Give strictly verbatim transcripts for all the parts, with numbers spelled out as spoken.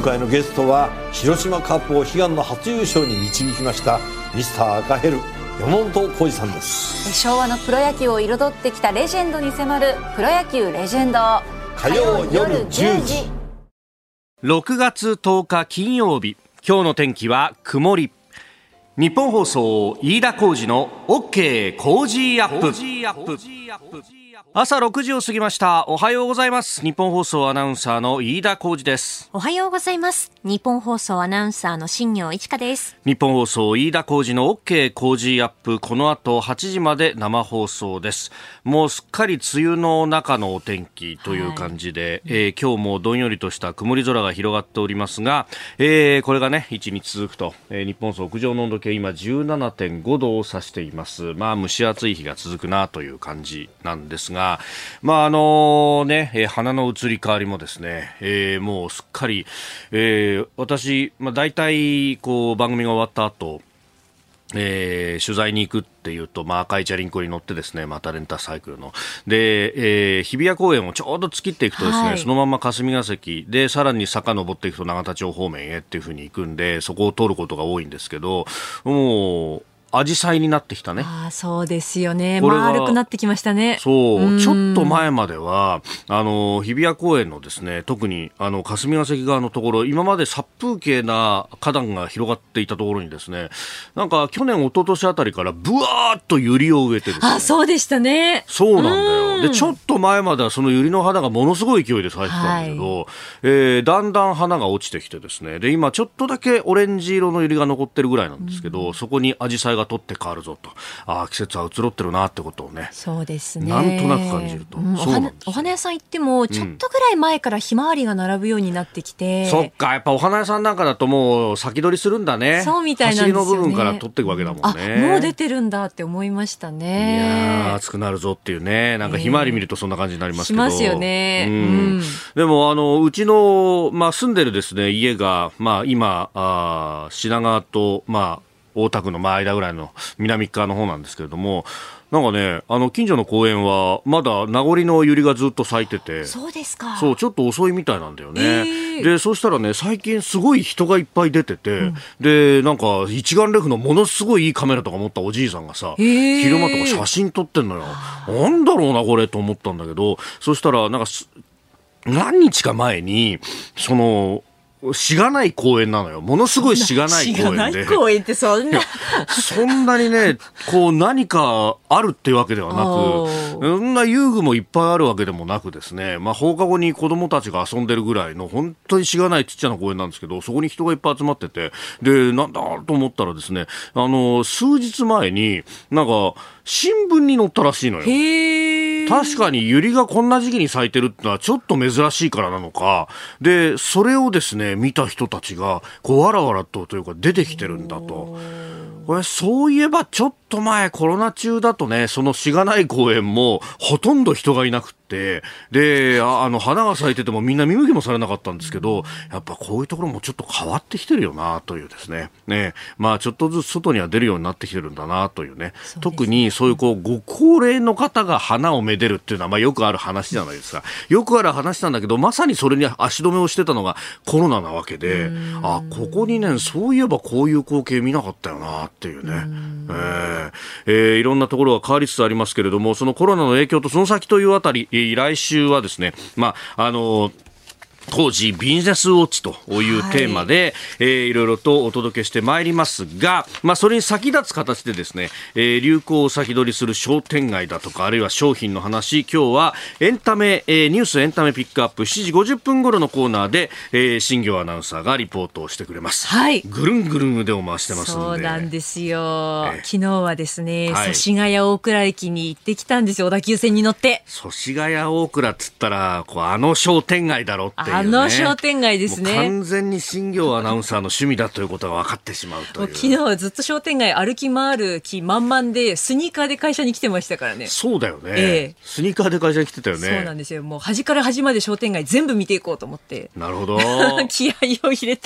回のゲストは広島カップを悲願の初優勝に導きましたミスター赤ヘル山本浩二さんです。 昭和のプロ野球を彩ってきたレジェンドに迫るプロ野球レジェンド、 火曜夜じゅうじ。 ろくがつとおか金曜日、今日の天気は曇り。日本放送飯田浩司の OK 工事アップ。朝ろくじを過ぎました。おはようございます。日本放送アナウンサーの飯田浩司です。 おはようございます。日本放送アナウンサーの新業一華です。 日本放送飯田浩司の OK 工事アップ、この後はちじまで生放送です。もうすっかり梅雨の中のお天気という感じで、はい、えー、今日もどんよりとした曇り空が広がっておりますが、えー、これがねいちにち続くと、えー、日本放送屋上の温度計今 じゅうななてんごどを指しています。まあ蒸し暑い日が続くなという感じなんですが、まああのね、えー、花の移り変わりもですね、えー、もうすっかり、えー、私、まあ、大体こう番組が終わった後、えー、取材に行くっていうと、まあ、赤いチャリンコに乗ってですね、またレンタサイクルので、えー、日比谷公園をちょうど突きっていくとですね、はい、そのまま霞ヶ関でさらに坂登っていくと永田町方面へっていう風に行くんで、そこを通ることが多いんですけど、もうアジサイになってきたね。 あ、そうですよね。丸くなってきましたね。 そう、ちょっと前まではあの日比谷公園のですね、特にあの霞ヶ関側のところ、今まで殺風景な花壇が広がっていたところにですね、なんか去年一昨年あたりからブワーッとユリを植えてですね。 あ、そうでしたね。 そうなんだよ。でちょっと前まではそのユリの花がものすごい勢いで咲いてたんだけど、はい、えー、だんだん花が落ちてきてですね、で今ちょっとだけオレンジ色のユリが残ってるぐらいなんですけど、うん、そこにアジサイが取って変わるぞと、あ、季節は移ろってるなってことをね、 そうですね、 なんとなく感じると、うん、 そうなんです。お花屋さん行ってもちょっとぐらい前からひまわりが並ぶようになってきて、うん、そっか、やっぱお花屋さんなんかだともう先取りするんだね。 そうみたいなんですよね。 端の部分から取っていくわけだもんね、 うん、あ、もう出てるんだって思いましたね。 いや、暑くなるぞっていうね、なんかひまわり見るとそんな感じになりますけど、 えー、しますよね、うんうん、 でもあのうちの、まあ、住んでるですね家が、まあ、今あ品川と、まあ、大田区の間ぐらいの南側の方なんですけれども、なんかね、あの近所の公園はまだ名残のユリがずっと咲いてて、 そうですか。 そう、ちょっと遅いみたいなんだよね、えー、でそうしたらね、最近すごい人がいっぱい出てて、うん、でなんか一眼レフのものすごいいいカメラとか持ったおじいさんがさ、えー、昼間とか写真撮ってんのよ。なんだろうなこれと思ったんだけど、そしたらなんか何日か前にそのしがない公園なのよ。ものすごいしがない公園で。しがない公園ってそんなそんなにね、こう何かあるっていうわけではなく、そんな遊具もいっぱいあるわけでもなくですね、まあ放課後に子供たちが遊んでるぐらいの本当にしがないちっちゃな公園なんですけど、そこに人がいっぱい集まってて、で、なんだと思ったらですね、あの、数日前になんか新聞に載ったらしいのよ。 へー。 確かにユリがこんな時期に咲いてるってのはちょっと珍しいからなのか、でそれをですね見た人たちがこうわらわらとというか出てきてるんだと。これそういえばちょっと前コロナ中だとね、そのしがない公園もほとんど人がいなくて、で あ, あの花が咲いててもみんな見向きもされなかったんですけど、やっぱこういうところもちょっと変わってきてるよなというですね、ね、まあちょっとずつ外には出るようになってきてるんだなというね。特にそういうこうご高齢の方が花をめでるっていうのはまあよくある話じゃないですか。よくある話なんだけど、まさにそれに足止めをしてたのがコロナなわけで、あ、ここにねそういえばこういう光景見なかったよなっていうね、えーえー、いろんなところが変わりつつありますけれども、そのコロナの影響とその先というあたり、えー、来週はですね、まああのー当時ビジネスウォッチというテーマで、はい、えー、いろいろとお届けしてまいりますが、まあ、それに先立つ形でですね、えー、流行を先取りする商店街だとか、あるいは商品の話、今日はエンタメ、えー、ニュースエンタメピックアップしちじごじゅっぷん頃のコーナーで、えー、新業アナウンサーがリポートをしてくれます、はい、ぐるんぐるん腕を回してますので。 そうなんですよ、えー、昨日はですね、はい、祖師ヶ谷大倉駅に行ってきたんですよ、小田急線に乗って。 祖師ヶ谷大倉っつったらこうあの商店街だろっていうね、 あの商店街ですね。 完全に新業アナウンサーの趣味だということが分かってしまうという。 昨日はずっと商店街歩き回る気満々でスニーカーで会社に来てましたからね。 そうだよね、 えー、 スニーカーで会社に来てたよね。 そうなんですよ。もう端から端まで商店街全部見ていこうと思って。 なるほど気合を入れて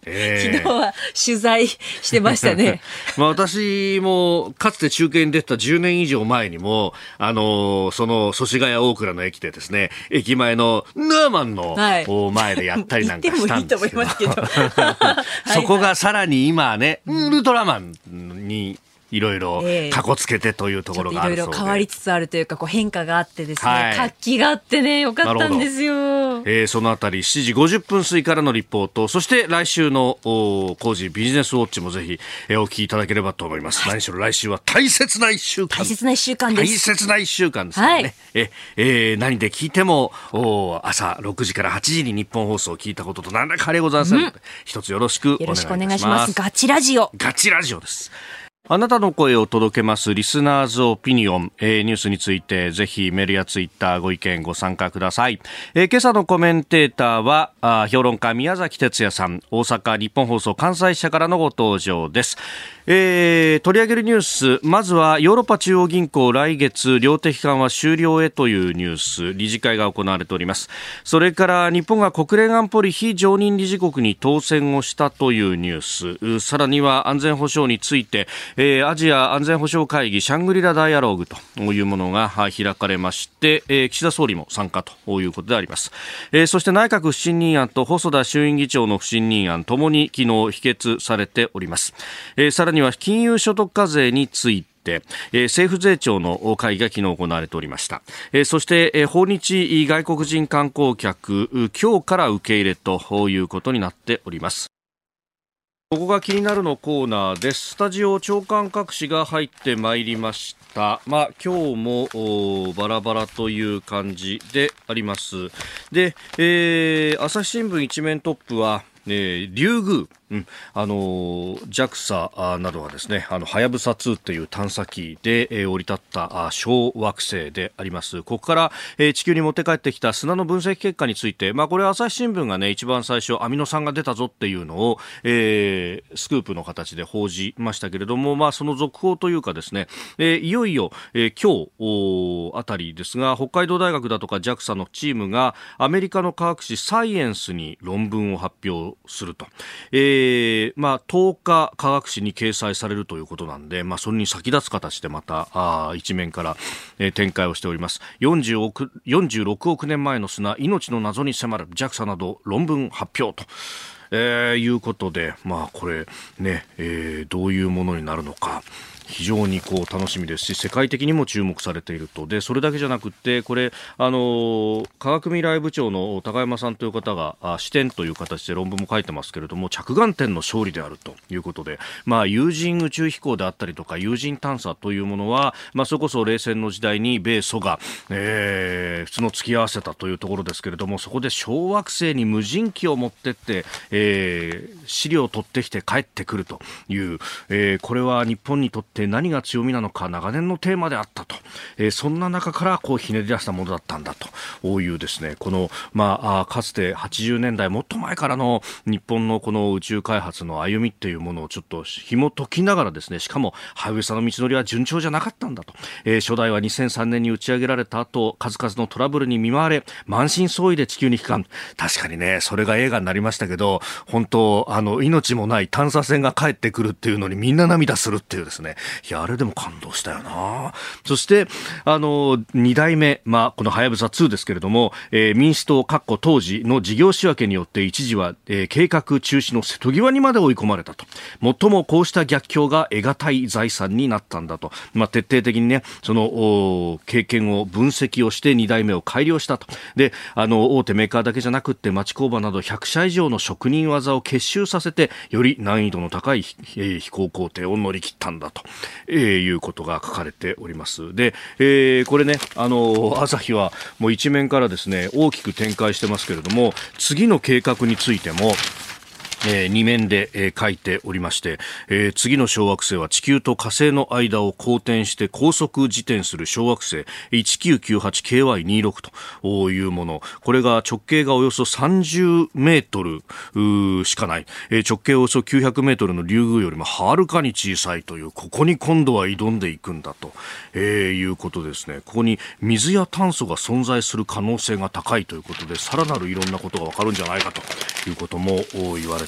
えー、 昨日は取材してましたね。 まあ私もかつて中継に出たじゅうねん以上前にも、あのー、その祖師ヶ谷大倉の駅でですね、駅前のヌーマンの前でやったりなんかしたんですけど、はい、言ってもいいと思いますけどそこがさらに今ね、ウルトラマンにいろいろかこつけてというところがあるそうで、 いろいろ変わりつつあるというか、こう変化があってですね、はい、活気があってね、よかったんですよ。 えー、そのあたりしちじごじゅっぷん過ぎからのリポート、そして来週のコージービジネスウォッチもぜひ、えー、お聞きいただければと思います。はい、何しろ来週は大切な一週間。 大切な一週間です。 大切な一週間ですからね。はい、ええー、何で聞いても朝ろくじからはちじに日本放送を聞いたことと何ら変わりございませんので、うん、一つよろしくお願いいたします。 よろしくお願いします。ガチラジオ。 ガチラジオです。あなたの声を届けますリスナーズオピニオン、えー、ニュースについてぜひメールやツイッターご意見ご参加ください。えー、今朝のコメンテーターはあ評論家宮崎哲也さん、大阪日本放送関西支社からのご登場です。えー、取り上げるニュース、まずはヨーロッパ中央銀行来月量的緩和終了へというニュース、理事会が行われております。それから日本が国連安保理非常任理事国に当選をしたというニュース、さらには安全保障について、えー、アジア安全保障会議シャングリラダイアローグというものが開かれまして、えー、岸田総理も参加ということであります。えー、そして内閣不信任案と細田衆院議長の不信任案ともに昨日否決されております。えー、さらには金融所得課税についてえー、政府税調の会議が昨日行われておりました。えー、そして、えー、訪日外国人観光客今日から受け入れということになっております。ここが気になるのコーナーです。スタジオ長官各紙が入ってまいりました。まあ、今日もバラバラという感じであります。で、えー、朝日新聞一面トップはえー、リュウグウ、うん、あのー、ジャクサ などはですね、あの、はやぶさツーという探査機で、えー、降り立ったあ小惑星であります。ここから、えー、地球に持って帰ってきた砂の分析結果について、まあ、これ朝日新聞がね、一番最初、アミノ酸が出たぞっていうのを、えー、スクープの形で報じましたけれども、まあ、その続報というかですね、えー、いよいよ、えー、今日あたりですが、北海道大学だとか ジャクサ のチームがアメリカの科学誌サイエンスに論文を発表すると、えーまあ、とおか科学誌に掲載されるということなんで、まあ、それに先立つ形でまたあ一面から、えー、展開をしております。よんじゅうおく、よんじゅうろくおくねんまえの砂、命の謎に迫る ジャクサ など論文発表と、えー、いうことで、まあ、これね、えー、どういうものになるのか非常にこう楽しみですし、世界的にも注目されていると。でそれだけじゃなくって、これあの科学未来部長の高山さんという方が視点という形で論文も書いてますけれども、着眼点の勝利であるということで、まあ、有人宇宙飛行であったりとか有人探査というものは、まあ、それこそ冷戦の時代に米ソが、えー、普通の突き合わせたというところですけれども、そこで小惑星に無人機を持ってって、えー、資料を取ってきて帰ってくるという、えー、これは日本にとって何が強みなのか長年のテーマであったと、えー、そんな中からこうひねり出したものだったんだというですね、この、まあ、かつてはちじゅうねんだいもっと前からの日本のこの宇宙開発の歩みっていうものをちょっと紐解きながらですね、しかもはやぶさの道のりは順調じゃなかったんだと、えー、初代はにせんさんねんに打ち上げられた後、数々のトラブルに見舞われ満身創痍で地球に帰還。確かにね、それが映画になりましたけど、本当あの命もない探査船が帰ってくるっていうのにみんな涙するっていうですね、いやあれでも感動したよな。そしてあのにだいめ、まあ、このはやぶさツーですけれども、えー、民主党括弧当時の事業仕分けによって一時は、えー、計画中止の瀬戸際にまで追い込まれたと。もっともこうした逆境が得難い財産になったんだと、まあ、徹底的にねその経験を分析をしてにだいめを改良したと。であの大手メーカーだけじゃなくって町工場などひゃくしゃ以上の職人技を結集させてより難易度の高い、えー、飛行工程を乗り切ったんだと、えー、いうことが書かれております。で、えー、これねあの朝日はもう一面からですね大きく展開してますけれども、次の計画についてもえー、に面で、えー、書いておりまして、えー、次の小惑星は地球と火星の間を公転して高速自転する小惑星 いちきゅうきゅうはちケーワイにじゅうろく というもの。これが直径がおよそさんじゅうメートルしかない、えー、直径およそきゅうひゃくメートルのリュウグウよりもはるかに小さいという、ここに今度は挑んでいくんだと、えー、いうことですね。ここに水や炭素が存在する可能性が高いということで、さらなるいろんなことがわかるんじゃないかということも言われて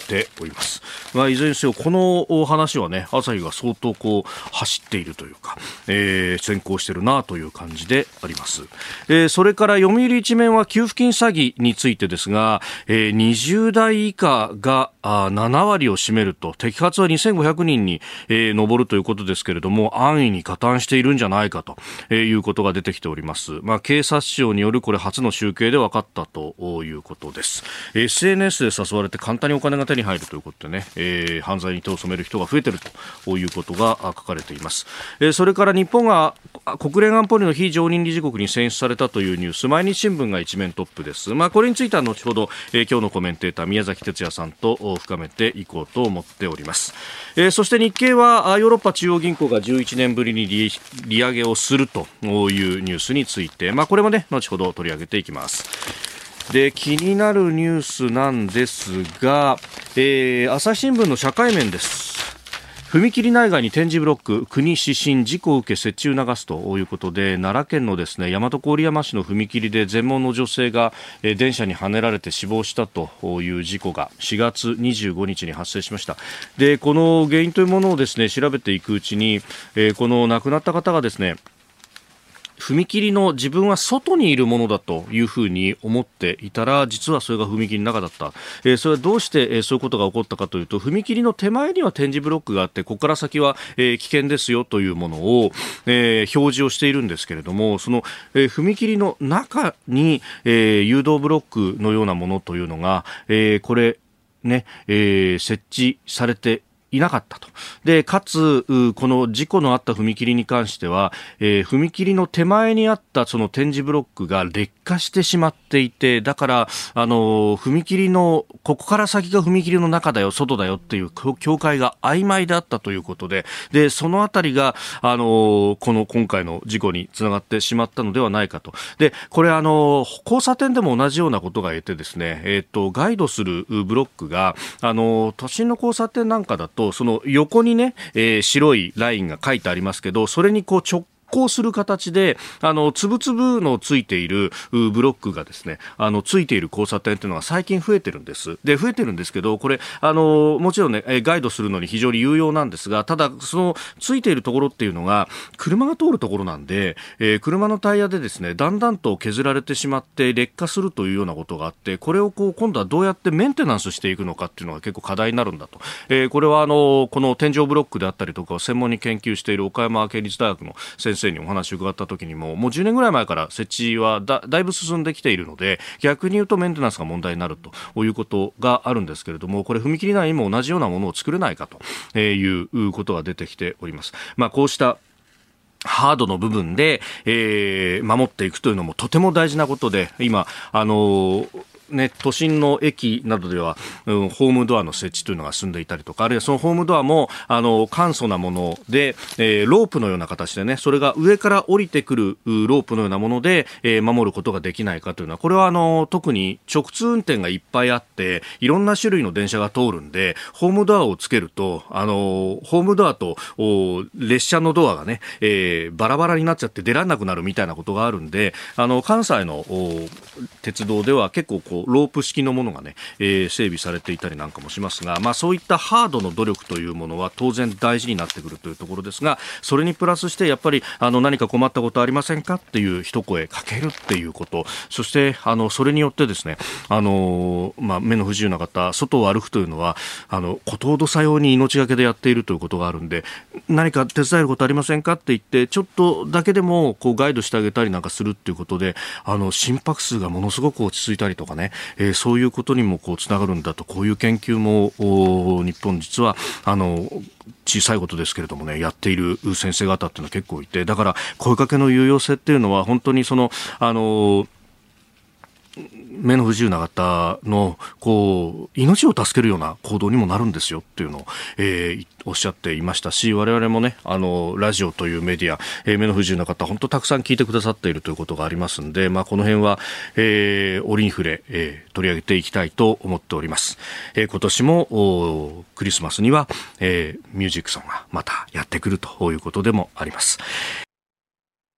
ております。まあ、いずれにせよこの話はね、朝日が相当こう走っているというか、えー、先行してるなという感じであります。えー、それから読売一面は給付金詐欺についてですが、えー、にじゅう代以下があなな割を占めると、摘発はにせんごひゃくにんに、えー、上るということですけれども、安易に加担しているんじゃないかと、えー、いうことが出てきております。まあ、警察庁によるこれ初の集計で分かったということです。 エスエヌエス で誘われて簡単にお金が手に入るということでね、えー、犯罪に手を染める人が増えているということが書かれています。えー、それから日本が国連安保理の非常任理事国に選出されたというニュース、毎日新聞が一面トップです。まあ、これについては後ほど、えー、今日のコメンテーター宮崎哲也さんと深めていこうと思っております。えー、そして日経はヨーロッパ中央銀行がじゅういちねんぶりに 利, 利上げをするというニュースについて、まあ、これもね後ほど取り上げていきます。で、気になるニュースなんですが、えー、朝日新聞の社会面です。踏切内外に点字ブロック、国指針、事故を受け設置促すということで、奈良県のですね、大和郡山市の踏切で全盲の女性が、えー、電車にはねられて死亡したという事故がしがつにじゅうごにちに発生しました。で、この原因というものをですね、調べていくうちに、えー、この亡くなった方がですね、踏切の自分は外にいるものだというふうに思っていたら、実はそれが踏切の中だった。えー、それはどうして、えー、そういうことが起こったかというと、踏切の手前には点字ブロックがあって、ここから先は、えー、危険ですよというものを、えー、表示をしているんですけれども、その、えー、踏切の中に、えー、誘導ブロックのようなものというのが、えー、これね、えー、設置されていなかったと。で、かつ、この事故のあった踏切に関しては、えー、踏切の手前にあったその点字ブロックが劣化してしまっていて、だから、あの、踏切の、ここから先が踏切の中だよ、外だよっていう境界が曖昧であったということで、で、そのあたりが、あの、この今回の事故につながってしまったのではないかと。で、これあの、交差点でも同じようなことが言えてですね、えっと、ガイドするブロックが、あの、都心の交差点なんかだと、その横にね、えー、白いラインが書いてありますけど、それにこう直こうする形で、あの、つぶつぶのついているブロックがですね、あの、ついている交差点というのが最近増えてるんです。で、増えてるんですけど、これ、あの、もちろんね、ガイドするのに非常に有用なんですが、ただ、その、ついているところっていうのが、車が通るところなんで、えー、車のタイヤでですね、だんだんと削られてしまって劣化するというようなことがあって、これをこう、今度はどうやってメンテナンスしていくのかっていうのが結構課題になるんだと。えー、これはあの、この天井ブロックであったりとかを専門に研究している岡山県立大学の先生にお話を伺った時にも、もうじゅうねんぐらい前から設置は だ, だいぶ進んできているので、逆に言うとメンテナンスが問題になるということがあるんですけれども、これ踏切内にも同じようなものを作れないかということが出てきております。まあ、こうしたハードの部分で、えー、守っていくというのもとても大事なことで、今あのーね、都心の駅などでは、うん、ホームドアの設置というのが進んでいたりとか、あるいはそのホームドアもあの簡素なもので、えー、ロープのような形でね、それが上から降りてくるロープのようなもので、えー、守ることができないかというのは、これはあの特に直通運転がいっぱいあっていろんな種類の電車が通るんで、ホームドアをつけると、あのホームドアと列車のドアがね、えー、バラバラになっちゃって出られなくなるみたいなことがあるんで、あの関西の鉄道では結構こうロープ式のものがね、えー、整備されていたりなんかもしますが、まあ、そういったハードの努力というものは当然大事になってくるというところですが、それにプラスしてやっぱりあの何か困ったことありませんかっていう一声かけるっていうこと、そしてあのそれによってですね、あの、まあ、目の不自由な方、外を歩くというのはあのことほどさように命がけでやっているということがあるんで、何か手伝えることありませんかって言ってちょっとだけでもこうガイドしてあげたりなんかするっていうことで、あの心拍数がものすごく落ち着いたりとかね、えー、そういうことにもこうつながるんだと、こういう研究も日本実はあの小さいことですけれどもね、やっている先生方っていうのは結構いて、だから声かけの有用性っていうのは本当にそのあの目の不自由な方のこう命を助けるような行動にもなるんですよっていうのを、えー、おっしゃっていましたし、我々もね、あのラジオというメディア、えー、目の不自由な方本当たくさん聞いてくださっているということがありますんで、まあ、この辺は、えー、折に触れ、えー、取り上げていきたいと思っております。えー、今年もクリスマスには、えー、ミュージックソンがまたやってくるということでもあります。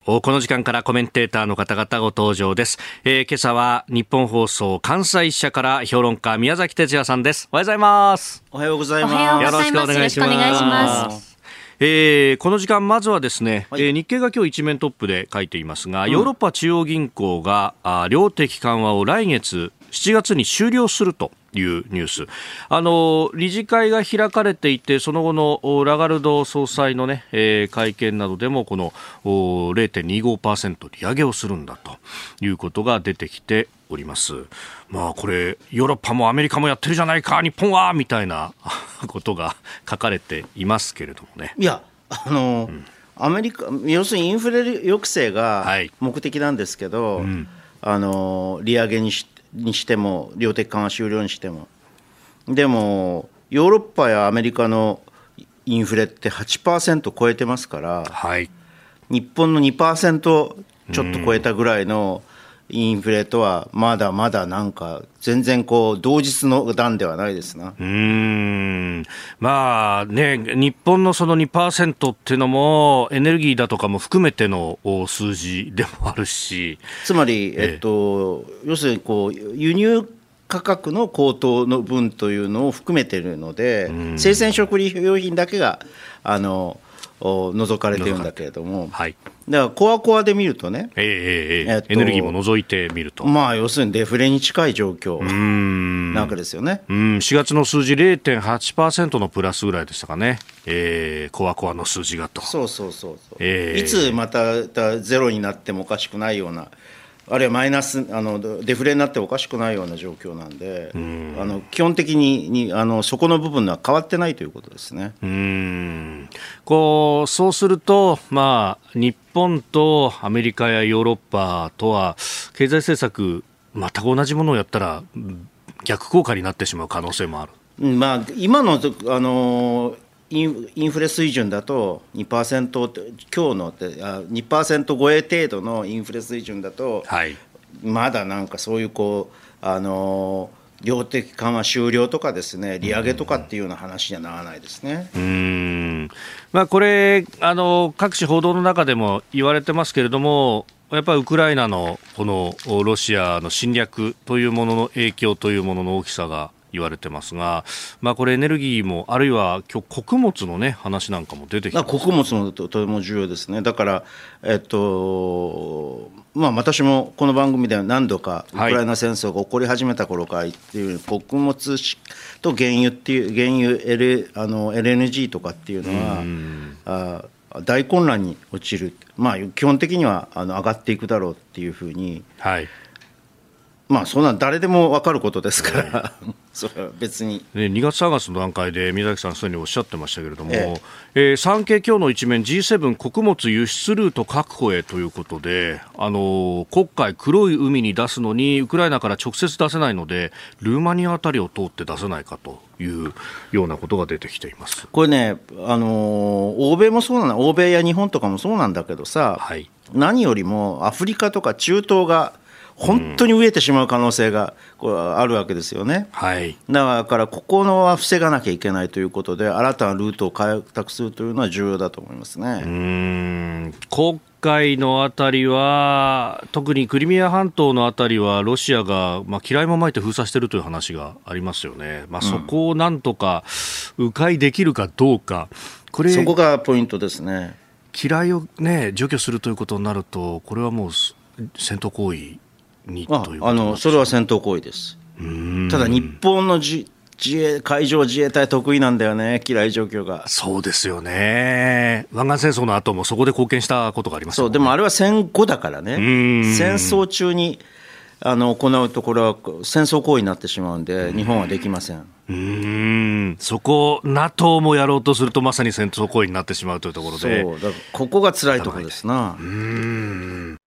この時間からコメンテーターの方々ご登場です。えー、今朝は日本放送関西支社から評論家宮崎哲也さんです。おはようございます。 おはようございます。 よろしくお願いします。えー、この時間まずはですね、はい、えー、日経が今日一面トップで書いていますが、うん、ヨーロッパ中央銀行があ量的緩和を来月しちがつに終了するというニュース。あの理事会が開かれていて、その後のラガルド総裁の、ねえー、会見などでもこの ゼロてんにじゅうごパーセント 利上げをするんだということが出てきております。まあこれヨーロッパもアメリカもやってるじゃないか日本はみたいなことが書かれていますけれどもね。 いやあの、うん、アメリカ要するにインフレ抑制が目的なんですけど、はい、うん、あの利上げにしてにしても量的緩和終了にしても、でもヨーロッパやアメリカのインフレって はちパーセント 超えてますから、はい、日本の にパーセント ちょっと超えたぐらいのインフレとはまだまだなんか全然こう同日の段ではないですな。 うーん、まあね、日本のその にパーセント っていうのもエネルギーだとかも含めての数字でもあるし、 つまり、えっと、要するにこう輸入価格の高騰の分というのを含めているので、生鮮食料品だけがあの除かれているんだけれども、はい、だからコアコアで見るとね、 えーえーえー、エネルギーも除いてみると、 まあ、要するにデフレに近い状況なわけですよね。 うん、しがつの数字 ゼロてんはちパーセント のプラスぐらいでしたかね、えー、コアコアの数字がと。 そうそうそうそう、えー、いつまたゼロになってもおかしくないような、あるいはマイナスあのデフレになっておかしくないような状況なんで、んあの基本的 に, にあのそこの部分は変わってないということですね。 うーんこうそうすると、まあ、日本とアメリカやヨーロッパとは経済政策全く同じものをやったら逆効果になってしまう可能性もある。 まあ、今 の, あのイン, インフレ水準だと にパーセント 今日の にパーセント 超え程度のインフレ水準だと、はい、まだなんかそういうこうあの量的緩和終了とかですね、利上げとかっていうような話にはならないですね。 うーん、まあ、これあの各種報道の中でも言われてますけれども、やっぱりウクライナのこのロシアの侵略というものの影響というものの大きさが言われてますが、まあ、これエネルギーもあるいは今日穀物の、ね、話なんかも出てきてます。 穀物も と, とても重要ですね。だから、えっとまあ、私もこの番組では何度かウクライナ戦争が起こり始めた頃から言っている、はい、穀物と原油っていう原油 L あの エルエヌジー とかっていうのはあ大混乱に陥る、まあ、基本的にはあの上がっていくだろうっていうふうに、はい、まあ、そんな誰でも分かることですから、えー、それは別に、 ね、にがつさんがつの段階で宮崎さんそういうふうにおっしゃってましたけれども、えーえー、産経今日の一面 ジーセブン 穀物輸出ルート確保へということで、あの黒海黒い海に出すのにウクライナから直接出せないのでルーマニアあたりを通って出せないかというようなことが出てきています。 これね、あの欧米もそうなの、欧米や日本とかもそうなんだけどさ、はい、何よりもアフリカとか中東が本当に飢えてしまう可能性がこれあるわけですよね、はい、だからここのは防がなきゃいけないということで新たなルートを開拓するというのは重要だと思いますね。 うーん黒海のあたりは特にクリミア半島のあたりはロシアが、まあ、機雷もまいて封鎖しているという話がありますよね、まあ、そこをなんとか迂回できるかどうか、 これそこがポイントですね。 機雷を、ね、除去するということになるとこれはもう戦闘行為にあということあのそれは戦闘行為です。うーんただ日本の自自衛海上自衛隊得意なんだよね、機雷除去が。 そうですよね。湾岸戦争の後もそこで貢献したことがありますよね。 そうでもあれは戦後だからね、戦争中にあの行うところは戦争行為になってしまうんで日本はできません。 うーんそこ NATO もやろうとするとまさに戦争行為になってしまうというところで、 そうだからここが辛いところですな。うーん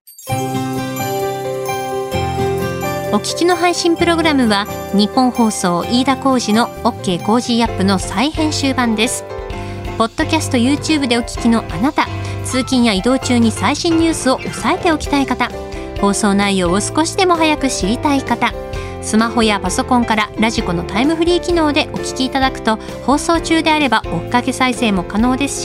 お聞きの配信プログラムは日本放送飯田浩司の OK コージーアップの再編集版です。ポッドキャスト YouTube でお聞きのあなた、通勤や移動中に最新ニュースを押さえておきたい方、放送内容を少しでも早く知りたい方、スマホやパソコンからラジコのタイムフリー機能でお聞きいただくと放送中であれば追っかけ再生も可能ですし、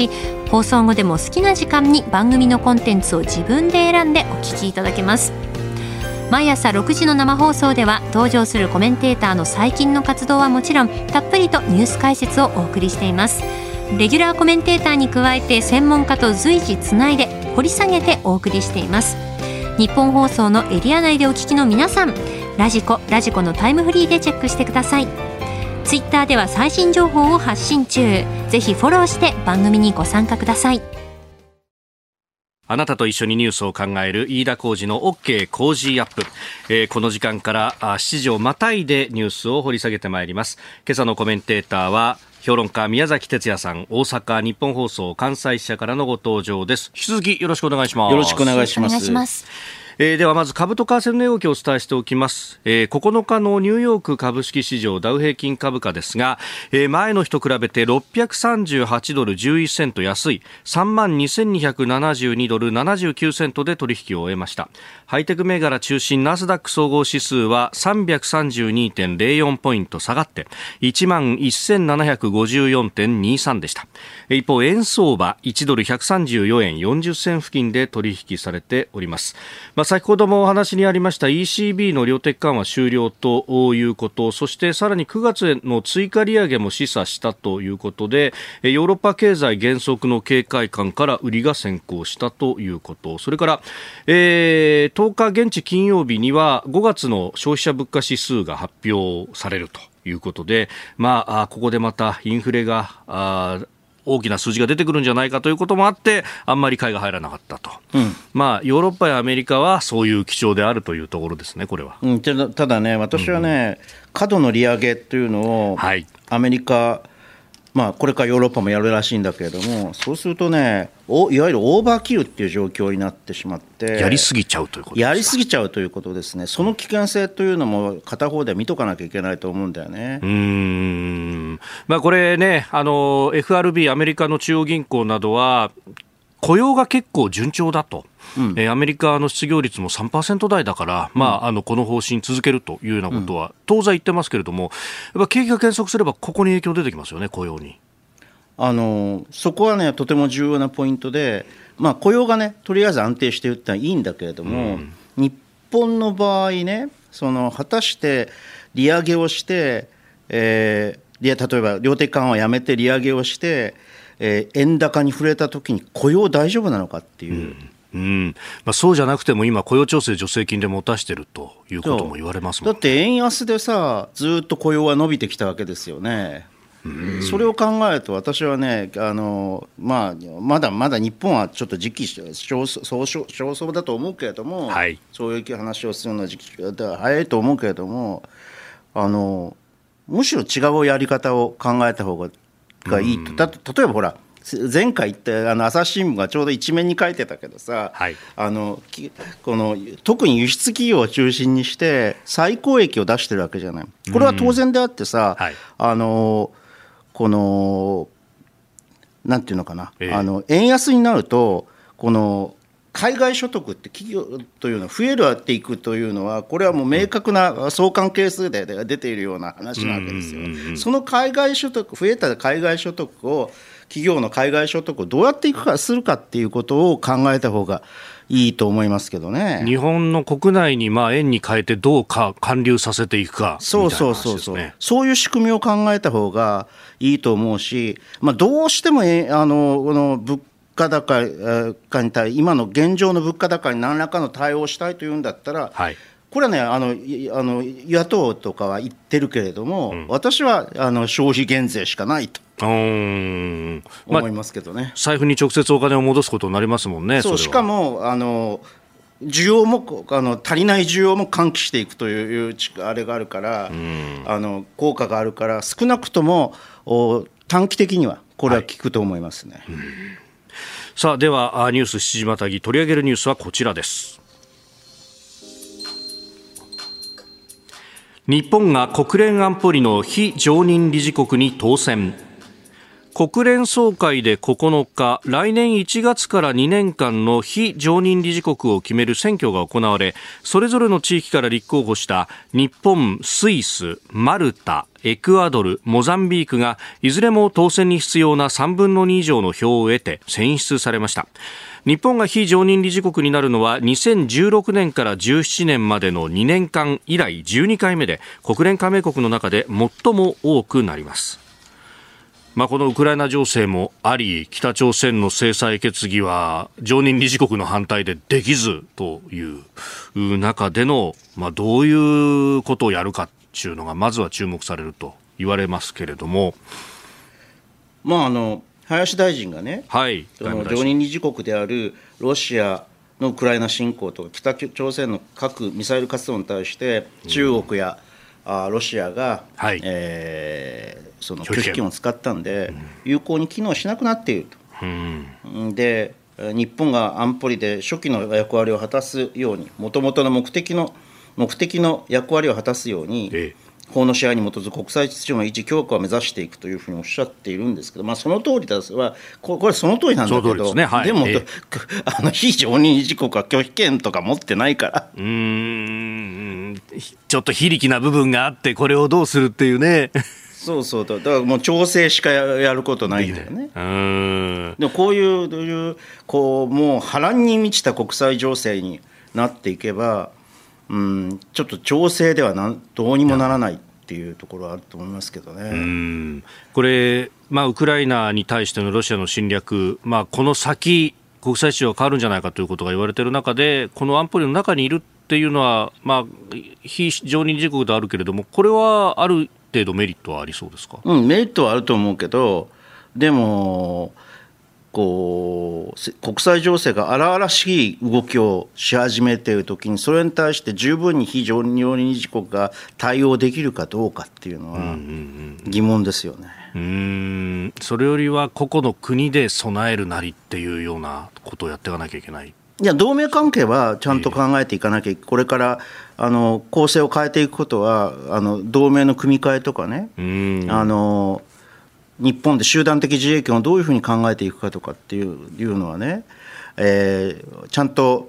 放送後でも好きな時間に番組のコンテンツを自分で選んでお聞きいただけます。毎朝ろくじの生放送では登場するコメンテーターの最近の活動はもちろん、たっぷりとニュース解説をお送りしています。レギュラーコメンテーターに加えて専門家と随時つないで掘り下げてお送りしています。日本放送のエリア内でお聞きの皆さん、ラジコラジコのタイムフリーでチェックしてください。ツイッターでは最新情報を発信中。ぜひフォローして番組にご参加ください。 あなたと一緒にニュースを考える飯田浩司の OK 工事アップ、えー、この時間からしちじをまたいでニュースを掘り下げてまいります。今朝のコメンテーターは評論家宮崎哲也さん、大阪日本放送関西支社からのご登場です。引き続きよろしくお願いします。 よろしくお願いします。 えー、ではまず株と為替の値動きをお伝えしておきます。えー、ここのかのニューヨーク株式市場ダウ平均株価ですが、えー、前の日と比べてろっぴゃくさんじゅうはちドルじゅういちセント安い さんまんにせんにひゃくななじゅうにドルななじゅうきゅうセントで取引を終えました。ハイテク銘柄中心ナスダック総合指数は さんびゃくさんじゅうにてんゼロよん ポイント下がって いちまんせんななひゃくごじゅうよんてんにさん でした。一方円相場いちドルひゃくさんじゅうよえんよんじゅっせん付近で取引されております。まあ、先ほどもお話にありました イーシービー の量的緩和終了ということ、そしてさらにくがつへの追加利上げも示唆したということで、ヨーロッパ経済減速の警戒感から売りが先行したということ、それから、えー、とおか現地金曜日にはごがつの消費者物価指数が発表されるということで、まあ、ここでまたインフレがあ大きな数字が出てくるんじゃないかということもあってあんまり買いが入らなかったと、うん、まあ、ヨーロッパやアメリカはそういう基調であるというところですね。これは、うん、 ただ、ただね、私はね、うん、過度の利上げというのを、はい、アメリカ、まあ、これからヨーロッパもやるらしいんだけれども、そうするとね、おいわゆるオーバーキルっていう状況になってしまって、 やりすぎちゃうということですか。 やりすぎちゃうということですね。その危険性というのも片方で見とかなきゃいけないと思うんだよね。 うーん、まあ、これね、あの エフアールビー アメリカの中央銀行などは雇用が結構順調だと、うん、えー、アメリカの失業率も さんパーセント 台だから、まあ、あのこの方針続けるというようなことは当然言ってますけれども、やっぱ景気が減速すればここに影響出てきますよね、雇用に。 あのそこはね、とても重要なポイントで、まあ、雇用がねとりあえず安定しているってのはいいんだけれども、うん、日本の場合ね、その果たして利上げをして、えー、例えば量的緩和をやめて利上げをして、えー、円高に触れたときに雇用大丈夫なのかっていう、うんうん、まあ、そうじゃなくても今雇用調整助成金で持たしてるということも言われますもんね。 だって円安でさ、ずっと雇用は伸びてきたわけですよね。それを考えると私はね、あの、まあ、まだまだ日本はちょっと時期尚早だと思うけれども、はい、そういう話をするのは時期早いと思うけれども、あのむしろ違うやり方を考えた方ががいいと。だ例えばほら、前回言ってあの朝日新聞がちょうど一面に書いてたけどさ、はい、あのこの特に輸出企業を中心にして最高益を出してるわけじゃない。これは当然であってさ、はい、あのこのなんていうのかな、えー、あの円安になるとこの海外所得って企業というのは増えるっていくというのは、これはもう明確な相関係数で出ているような話なわけですよ。その海外所得、増えた海外所得を、企業の海外所得をどうやっていくかするかっていうことを考えた方がいいと思いますけどね。 日本の国内にまあ円に変えてどうか還流させていくかみたいな話ですね。 そうそうそうそう。そういう仕組みを考えた方がいいと思うし、まあ、どうしてもえあのこの物価高に対今の現状の物価高に何らかの対応をしたいというんだったら、はい、これはね、あのあの野党とかは言ってるけれども、うん、私はあの消費減税しかないと思いますけどね、まあ、 財布に直接お金を戻すことになりますもんね。 そう、しかもあの需要もあの足りない需要も喚起していくというあれがあるから、うん、あの効果があるから、少なくとも短期的にはこれは効くと思いますね。はい、うん、 さあ、ではニュースしちじまたぎ、取り上げるニュースはこちらです。日本が国連安保理の非常任理事国に当選。国連総会でここのか、来年いちがつからにねんかんの非常任理事国を決める選挙が行われ、それぞれの地域から立候補した日本、スイス、マルタ、 エクアドル、モザンビークがいずれも当選に必要なさんぶんのに以上の票を得て選出されました。日本が非常任理事国になるのはにせんじゅうろくねんからじゅうななねんまでのにねんかん以来じゅうにかいめで、国連加盟国の中で最も多くなります。まあ、このウクライナ情勢もあり、北朝鮮の制裁決議は常任理事国の反対でできずという中での、まあ、どういうことをやるかっていうのがまずは注目されると言われますけれども、 まああの林大臣がね、 はい、 その常任理事国であるロシアのウクライナ侵攻とか北朝鮮の核・ミサイル活動に対して中国や、うん、あロシアが、はいえー、その拒否権を使ったんで、うん、有効に機能しなくなっていると、うん、で日本が安保理で初期の役割を果たすように、もともとの目的の目的の役割を果たすように、ええ法の支配に基づく国際秩序の維持強化を目指していくというふうにおっしゃっているんですけど、まあ、その通りですはこれその通りなんだけど、 で,、ねはい、でも、ええ、あの非常任理事国は拒否権とか持ってないからうーんちょっと非力な部分があって、これをどうするっていうねそうそうだからもう調整しかやることないんだよね。うーんでもこういう、どういうこうもう波乱に満ちた国際情勢になっていけば、うん、ちょっと調整ではなんどうにもならないっていうところはあると思いますけどね。 うんこれ、まあ、ウクライナに対してのロシアの侵略、まあ、この先国際秩序が変わるんじゃないかということが言われている中で、この安保理の中にいるっていうのは、まあ、非常任理事国であるけれども、これはある程度メリットはありそうですか？ うん、メリットはあると思うけど、でもこう国際情勢が荒々しい動きをし始めているときに、それに対して十分に非常任理事国が対応できるかどうかっていうのは疑問ですよね。 うんうんうん、うーんそれよりは個々の国で備えるなりっていうようなことをやっていかなきゃいけない。 いや同盟関係はちゃんと考えていかなきゃ、えー、これからあの構成を変えていくことは、あの同盟の組み替えとかね、うんあの日本で集団的自衛権をどういうふうに考えていくかとかっていう、いうのはね、えー、ちゃんと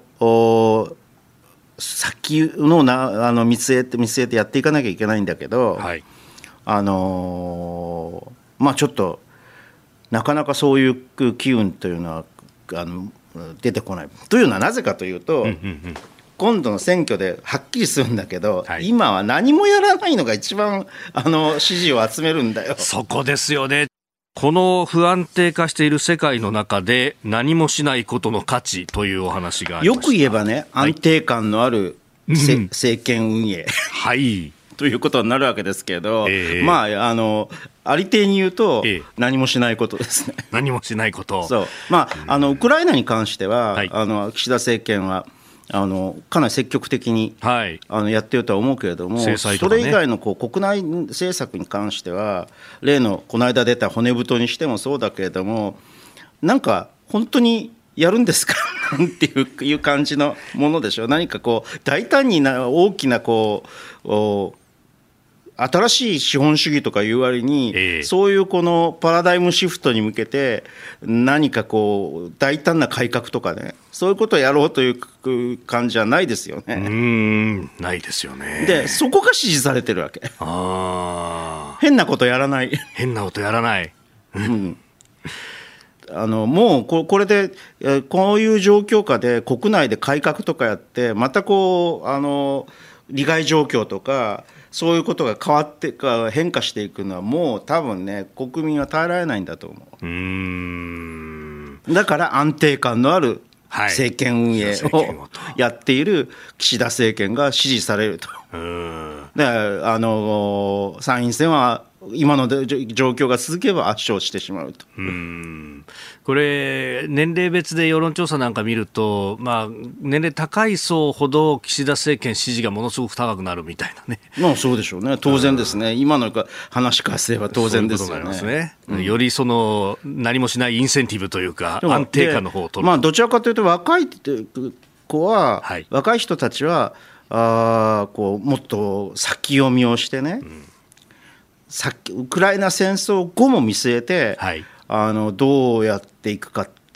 先のなあの見据えて見据えてやっていかなきゃいけないんだけど、はい、あのまあちょっとなかなかそういう機運というのはあの出てこない。というのはなぜかというと、うんうんうん今度の選挙ではっきりするんだけど、はい、今は何もやらないのが一番あの支持を集めるんだよ。 そこですよね。この不安定化している世界の中で何もしないことの価値というお話がありました。 よく言えばね、安定感のある、はい、政権運営、はいということになるわけですけど、えー、まああのありていに言うと、えー、何もしないことですね。 何もしないこと。 そう、まあ、あのウクライナに関しては、はい、あの岸田政権はあのかなり積極的に、はい、あのやっているとは思うけれども、ね、それ以外のこう国内政策に関しては、例のこの間出た骨太にしてもそうだけれども、なんか本当にやるんですかっていういう感じのものでしょ。何かこう大胆にな大きなこう新しい資本主義とかいう割に、えー、そういうこのパラダイムシフトに向けて何かこう大胆な改革とかね、そういうことをやろうという感じはないですよね。 うーんないですよね。 でそこが支持されてるわけ。あ変なことやらない変なことやらない、うんあのもうこれでこういう状況下で国内で改革とかやってまたこうあの利害状況とかそういうことが変わってか変化していくのはもう多分ね国民は耐えられないんだと思う。うーんだから安定感のある政権運営をやっている岸田政権が支持されると。うーんであの参院選は今の状況が続けば圧勝してしまうと。 うーんこれ年齢別で世論調査なんか見ると、まあ、年齢高い層ほど岸田政権支持がものすごく高くなるみたいなね。 まあそうでしょうね。当然ですね。今の話からすれば当然ですよね。そういうことになりますね、うん、よりその何もしないインセンティブというか安定感の方を取る、 まあ、どちらかというと若い子は、はい、若い人たちはあこうもっと先読みをしてね、うんウクライナ戦争後も見据えて、はい、あのどうやっていくかっ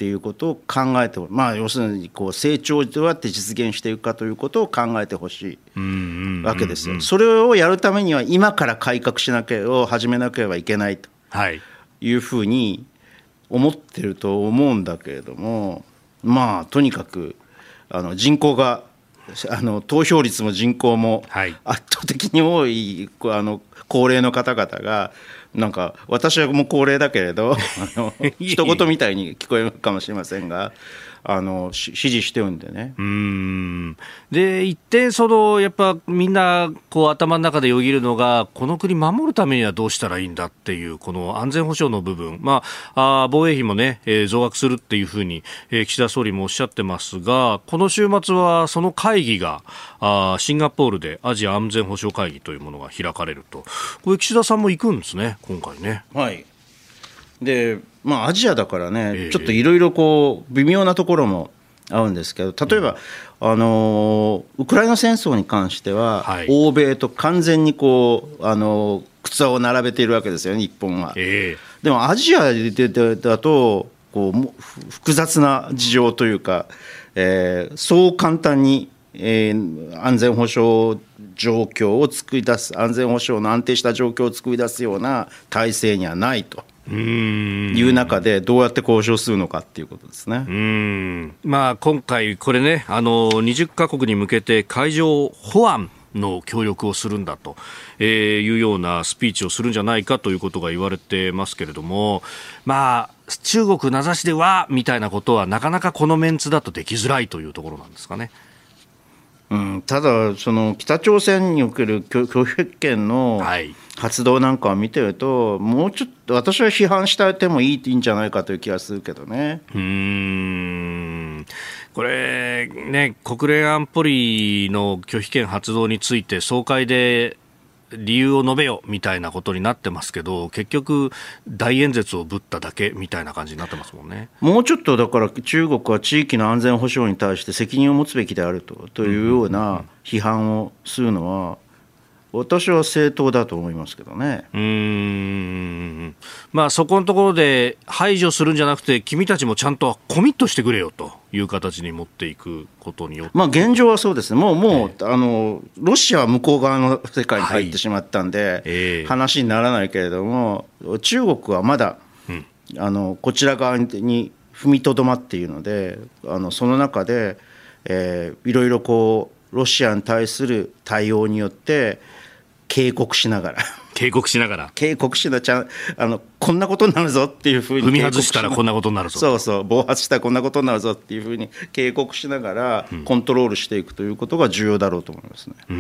っていうことを考えて、まあ、要するにこう成長をどうやって実現していくかということを考えてほしいわけですよ。それをやるためには今から改革しなければ始めなければいけないというふうに思ってると思うんだけれども、まあとにかくあの人口があの投票率も人口も圧倒的に多いあの高齢の方々がなんか私はもう高齢だけれどあの一言みたいに聞こえるかもしれませんがあの支持してるんでね。 うーんで一点そのやっぱみんなこう頭の中でよぎるのがこの国守るためにはどうしたらいいんだっていうこの安全保障の部分、まあ、あ防衛費もね、えー、増額するっていうふうに、えー、岸田総理もおっしゃってますが、この週末はその会議があシンガポールでアジア安全保障会議というものが開かれると。これ岸田さんも行くんですね今回ね。 はいでまあ、アジアだからね、えー、ちょっといろいろこう微妙なところもあるんですけど、例えば、うん、あのウクライナ戦争に関しては、はい、欧米と完全にこうあの靴を並べているわけですよね日本は、えー、でもアジアでだとこう複雑な事情というか、えー、そう簡単に、えー、安全保障状況を作り出す安全保障の安定した状況を作り出すような体制にはないという中でどうやって交渉するのかっていうことですね。 うーん、まあ、今回これねあのにじゅっかこくに向けて海上保安の協力をするんだというようなスピーチをするんじゃないかということが言われてますけれども、まあ中国名指しではみたいなことはなかなかこのメンツだとできづらいというところなんですかね。 うん、ただその北朝鮮における拒否権の発動なんかを見てると、もうちょっと私は批判してもいいんじゃないかという気がするけどね。 うーんこれね国連安保理の拒否権発動について総会で理由を述べよみたいなことになってますけど、結局大演説をぶっただけみたいな感じになってますもんね。 もうちょっとだから中国は地域の安全保障に対して責任を持つべきであると、というような批判をするのは私は正当だと思いますけどね。 うーん、まあ、そこのところで排除するんじゃなくて君たちもちゃんとコミットしてくれよという形に持っていくことによって、 まあ、現状はそうですね。もう、もう、えー、あのロシアは向こう側の世界に入ってしまったんで、はいえー、話にならないけれども中国はまだ、うん、あのこちら側に踏みとどまっているので、あのその中で、えー、いろいろこうロシアに対する対応によって警告しながら警告しながら警告しながらちゃんあのこんなことになるぞっていうふうに踏み外したらこんなことになるぞ、 そうそう暴発したらこんなことになるぞっていうふうに警告しながらコントロールしていくということが重要だろうと思いますね。 うん、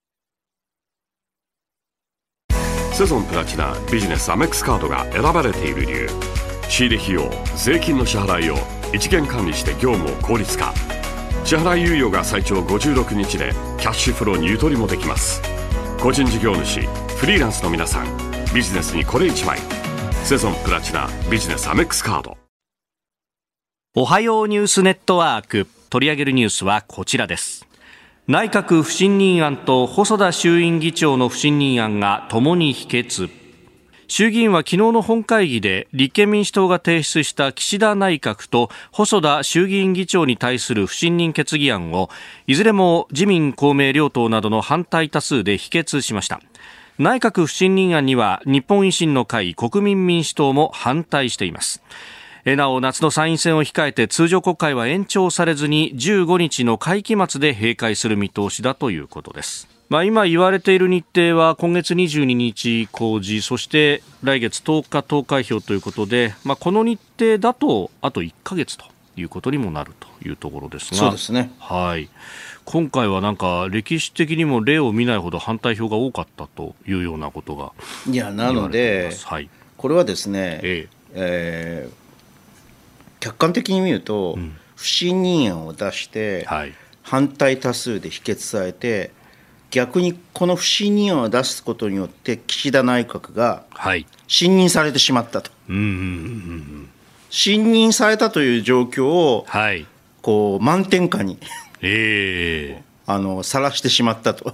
セゾンプラチナビジネスアメックスカードが選ばれている理由、仕入れ費用税金の支払いを一元管理して業務を効率化、支払い猶予が最長ごじゅうろくにちでキャッシュフローにゆとりもできます。個人事業主フリーランスの皆さん、ビジネスにこれいちまい、セゾンプラチナビジネスアメックスカード。 おはようニュースネットワーク、取り上げるニュースはこちらです。内閣不信任案と細田衆院議長の不信任案がともに否決。衆議院は昨日の本会議で立憲民主党が提出した岸田内閣と細田衆議院議長に対する不信任決議案をいずれも自民公明両党などの反対多数で否決しました。内閣不信任案には日本維新の会、国民民主党も反対しています。なお夏の参院選を控えて通常国会は延長されずにじゅうごにちの会期末で閉会する見通しだということです。まあ、今言われている日程は今月にじゅうににち公示、そして来月とおか投開票ということで、まあ、この日程だとあといっかげつということにもなるというところですが、 そうですね、 はい、今回はなんか歴史的にも例を見ないほど反対票が多かったというようなことがいやなので、はい、これはですね、えええー、客観的に見ると、うん、不信任案を出して、はい、反対多数で否決されて、逆にこの不信任案を出すことによって岸田内閣が信任されてしまったと、はい、うんうんうん、信任されたという状況を、はい、こう満点下に、えー、あの晒してしまったと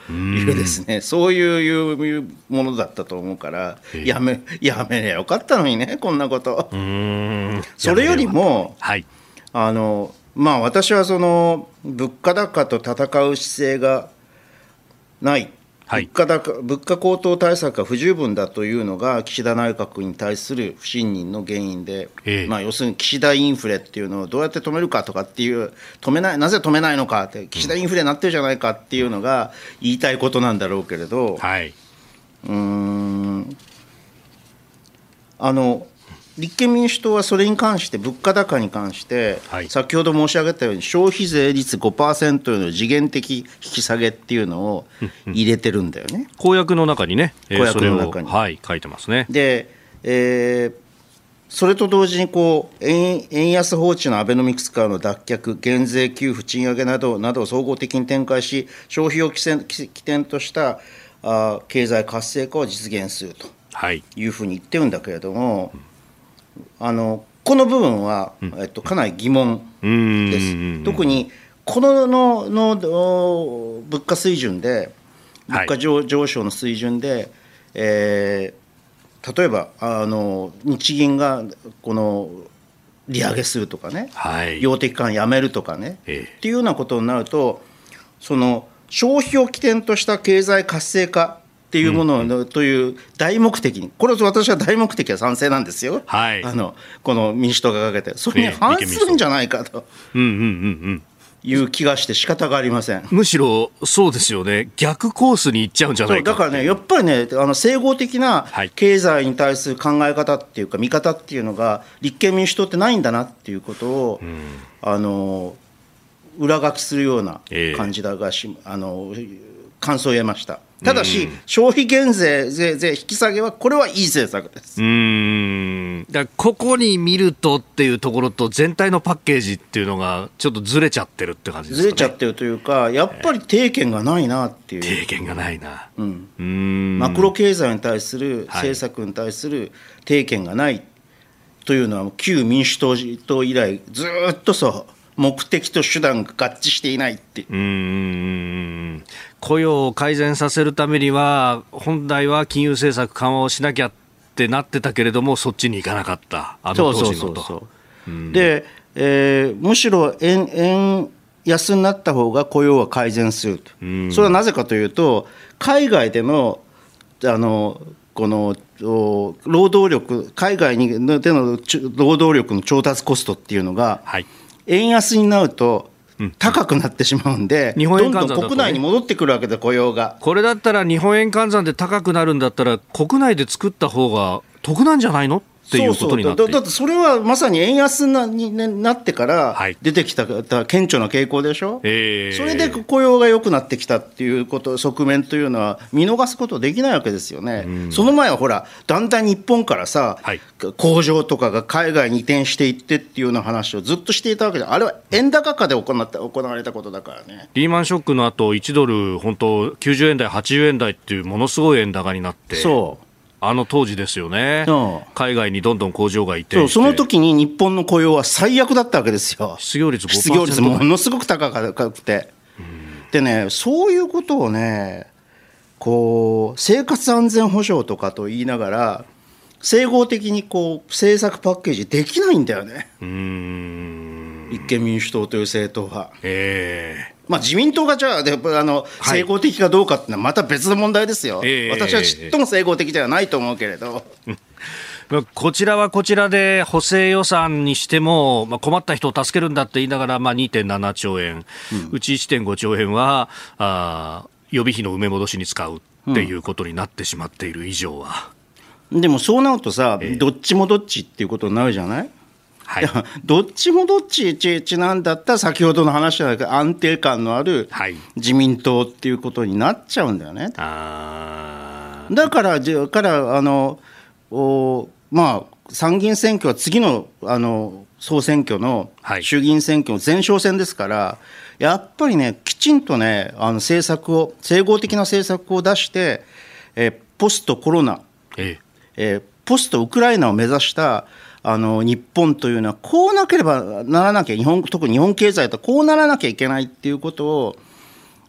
いうですね、そういうものだったと思うから、やめやめりゃよかったのにね、こんなこと。うーん、それよりも、はい、あのまあ、私はその物価高と戦う姿勢がない、はい、物価高、物価高騰対策が不十分だというのが岸田内閣に対する不信任の原因で、えーまあ、要するに岸田インフレっていうのをどうやって止めるかとかっていう、止めない、なぜ止めないのかって、岸田インフレになってるじゃないかっていうのが言いたいことなんだろうけれど、はい、うーんあの立憲民主党はそれに関して、物価高に関して、はい、先ほど申し上げたように消費税率 ごパーセント への次元的引き下げっていうのを入れてるんだよね。 公約の中にね、 公約の中に、 はい、書いてますね。 で、えー、それと同時にこう 円, 円安放置のアベノミクスからの脱却、減税給付、賃上げなどなどを総合的に展開し、消費を起点としたあ経済活性化を実現するというふうに言ってるんだけれども、うん、あのこの部分は、えっと、かなり疑問です。特にこののの物価水準で、物価 上,、はい、上昇の水準で、えー、例えばあの日銀がこの利上げするとかね、はい、量的緩和やめるとかね、えー、っていうようなことになると、その消費を起点とした経済活性化っていうものの、うん、という大目的に、これ私は大目的は賛成なんですよ、はい、あのこの民主党がかけて、それに反するんじゃないかという気がして仕方がありません。 むしろそうですよね、逆コースに行っちゃうんじゃないか。 だからね、やっぱりね、あの整合的な経済に対する考え方っていうか、見方っていうのが立憲民主党ってないんだなっていうことを、うん、あの裏書きするような感じだがし、えー、あの感想を得ました。ただし、うん、消費減税税税引き下げはこれはいい政策です。 うーん、だからここに見るとっていうところと全体のパッケージっていうのがちょっとずれちゃってるって感じですかね。 ずれちゃってるというか、やっぱり定見がないなっていう、 えー、定見がないな、 うん、うーん、マクロ経済に対する政策に対する定見がないというのは、旧民主党以来ずっとそう、目的と手段が合致していないっていう。うーん、雇用を改善させるためには本来は金融政策緩和をしなきゃってなってたけれども、そっちに行かなかった、あの当時のと。そうそうそうそう、 で、えー、むしろ 円, 円安になった方が雇用は改善すると。それはなぜかというと、海外でのあのこの労働力、海外での労働力の調達コストっていうのが、はい、円安になると高くなってしまうんで、日本円換算だとね、どんどん国内に戻ってくるわけで、雇用が。 これだったら日本円換算で高くなるんだったら、国内で作った方が得なんじゃないのっていうことになって、 そうそう、だってそれはまさに円安になってから出てきた顕著な傾向でしょ、えー、それで雇用が良くなってきたっていうこと、側面というのは見逃すことできないわけですよね、うん、その前はほら、だんだん日本からさ、はい、工場とかが海外に移転していってっていうような話をずっとしていたわけで、あれは円高下で行った行われたことだからね。 リーマンショックの後いちドル本当きゅうじゅうえん台はちじゅうえん台っていうものすごい円高になって、そうあの当時ですよね、うん、海外にどんどん工場が移転して、 そう、その時に日本の雇用は最悪だったわけですよ。 失業率ごパーセント、 失業率ものすごく高くて、うん、でね、そういうことをね、こう生活安全保障とかと言いながら整合的にこう政策パッケージできないんだよね、うーん、立憲民主党という政党は。えーまあ、自民党がじゃあ、であの整合的かどうかっていうのはまた別の問題ですよ、はい、私はちっとも整合的ではないと思うけれど、 こちらはこちらで補正予算にしても、まあ、困った人を助けるんだって言いながら、まあ、にてんななちょうえん、うん、うち いってんごちょうえんはあ予備費の埋め戻しに使うっていうことになってしまっている以上は、 うん、でもそうなるとさ、えー、どっちもどっちっていうことになるじゃない。はい、どっちもどっちちちなんだったら、先ほどの話じゃないけど安定感のある自民党っていうことになっちゃうんだよね、はい、あだからだからあのお、まあ、参議院選挙は次の、あの総選挙の衆議院選挙の前哨戦ですから、はい、やっぱりね、きちんとね、あの政策を整合的な政策を出して、えー、ポストコロナ、えええー、ポストウクライナを目指したあの日本というのはこうなければならなきゃ、日本特に日本経済とこうならなきゃいけないっていうことを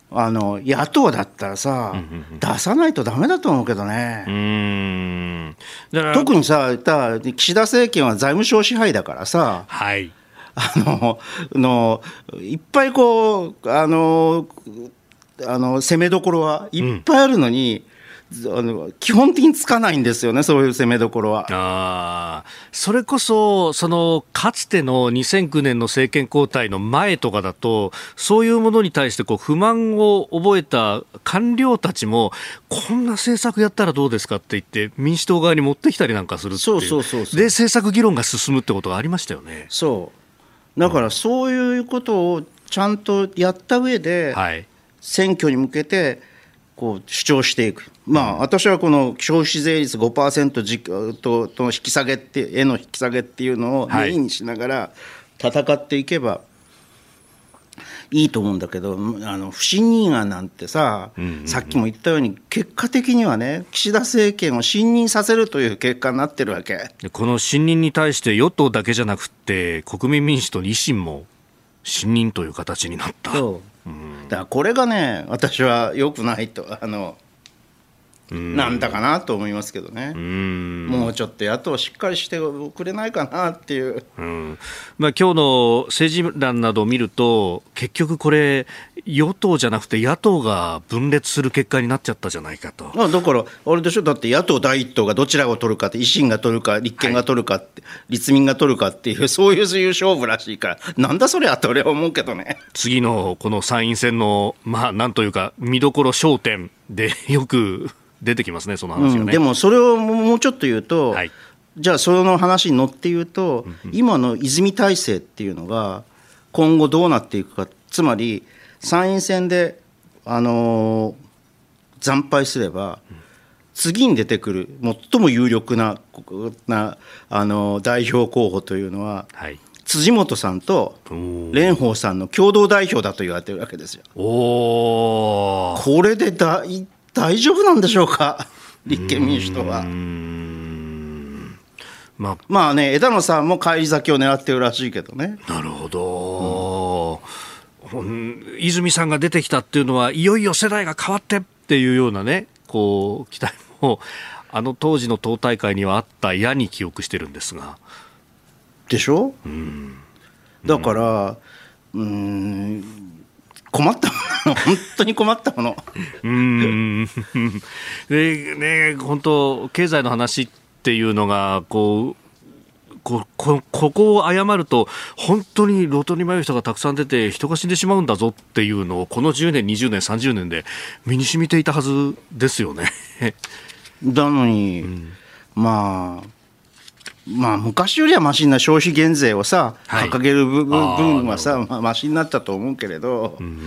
あの野党だったらさ、うんうんうん、出さないとダメだと思うけどね。 うーんだから特にさ、岸田政権は財務省支配だからさ、 はい、 あののいっぱいこうあのあの攻めどころはいっぱいあるのに、うん、あの基本的につかないんですよね、そういう攻めどころは。 あそれこそ、そのかつてのにせんきゅうねんの政権交代の前とかだと、そういうものに対してこう不満を覚えた官僚たちも、こんな政策やったらどうですかって言って民主党側に持ってきたりなんかするっていう、 そうそうそうそう、 で政策議論が進むってことがありましたよね。 そうだからそういうことをちゃんとやった上で、はい、選挙に向けてこう主張していく。まあ、私はこの消費税率 ごパーセント と, と引き下げってへの引き下げっていうのをメインにしながら戦っていけばいいと思うんだけど、あの不信任案なんてさ、うんうんうん、さっきも言ったように結果的にはね、岸田政権を信任させるという結果になってるわけ。 この信任に対して与党だけじゃなくて国民民主と維新も信任という形になった。 そう、うん、だからこれがね、私は良くないとあのなんだかなと思いますけどね。うーん、もうちょっと野党しっかりしてくれないかなっていう、 うん、まあ、今日の政治欄などを見ると結局これ与党じゃなくて野党が分裂する結果になっちゃったじゃないかと。 あだからあれでしょ、だって野党第一党がどちらを取るかって、維新が取るか立憲が取るかって、はい、立民が取るかっていう、そういうそういう勝負らしいから、なんだそれはと俺は思うけどね。 次のこの参院選のまあなんというか見どころ焦点でよく出てきますね、その話がね。うん、 でもそれをもうちょっと言うと、はい、じゃあその話に乗って言うと、うんうん、今の泉体制っていうのが今後どうなっていくか、つまり参院選で、あのー、惨敗すれば、うん、次に出てくる最も有力な、な、あのー、代表候補というのは、はい、辻元さんと蓮舫さんの共同代表だと言われてるわけですよ。おー、これでだい大丈夫なんでしょうか、立憲民主党は。うーん、まあ、まあね、枝野さんも返り咲きを狙ってるらしいけどね。 なるほど、うん、泉さんが出てきたっていうのはいよいよ世代が変わってっていうようなね、こう期待もあの当時の党大会にはあったやに記憶してるんですが。 でしょ、うん、だからうーん困ったもの本当に困ったものうーんで、ね、本当経済の話っていうのがこう こ, こ, ここを誤ると本当に路頭に迷う人がたくさん出て人が死んでしまうんだぞっていうのをこのじゅうねんにじゅうねんさんじゅうねんで身に染みていたはずですよねだのに、うん、まあまあ、昔よりはマシな消費減税をさ、はい、掲げる部分はさ、まあ、マシになったと思うけれど、うんうんうん、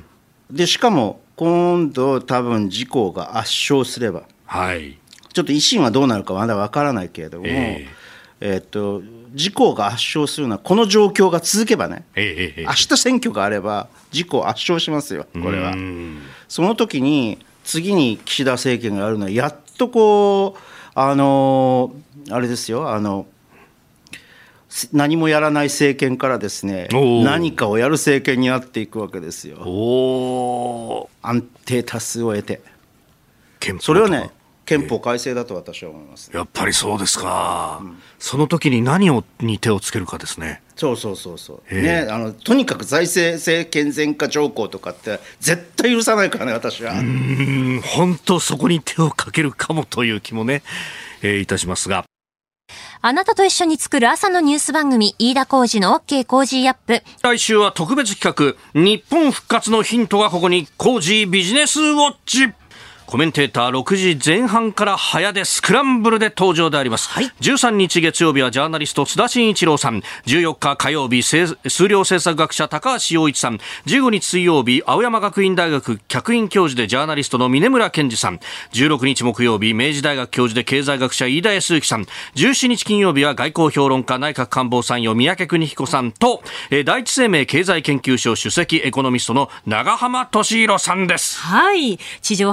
でしかも今度多分自公が圧勝すれば、はい、ちょっと維新はどうなるかまだ分からないけれども、えーえー、っと自公が圧勝するのはこの状況が続けばね、えー、明日選挙があれば自公圧勝しますよ、これは。その時に次に岸田政権があるのはやっとこうあのあれですよ、あの何もやらない政権からですね、何かをやる政権になっていくわけですよ。お安定多数を得て、それはね憲法改正だと私は思います、ね、 やっぱりそうですか、うん、その時に何をに手をつけるかですね。 そうそうそうそう、ね、あのとにかく財政健全化条項とかって絶対許さないからね、私は。うーん、本当そこに手をかけるかもという気もね、えー、いたしますが、 あなたと一緒に作る朝のニュース番組、飯田浩司の OK コージーアップ。 来週は特別企画、日本復活のヒントがここに、コージービジネスウォッチ。コメンテーターろくじぜん半から早出スクランブルで登場であります、はい、じゅうさんにち月曜日はジャーナリスト津田慎一郎さん、じゅうよっか火曜日数量政策学者高橋洋一さん、じゅうごにち水曜日青山学院大学客員教授でジャーナリストの峯村健二さん、じゅうろくにち木曜日明治大学教授で経済学者飯田康之さん、じゅうしちにち金曜日は外交評論家内閣官房参与三宅邦彦さんと、えー、第一生命経済研究所首席エコノミストの長浜俊弘さんです。 はい、地上波の日本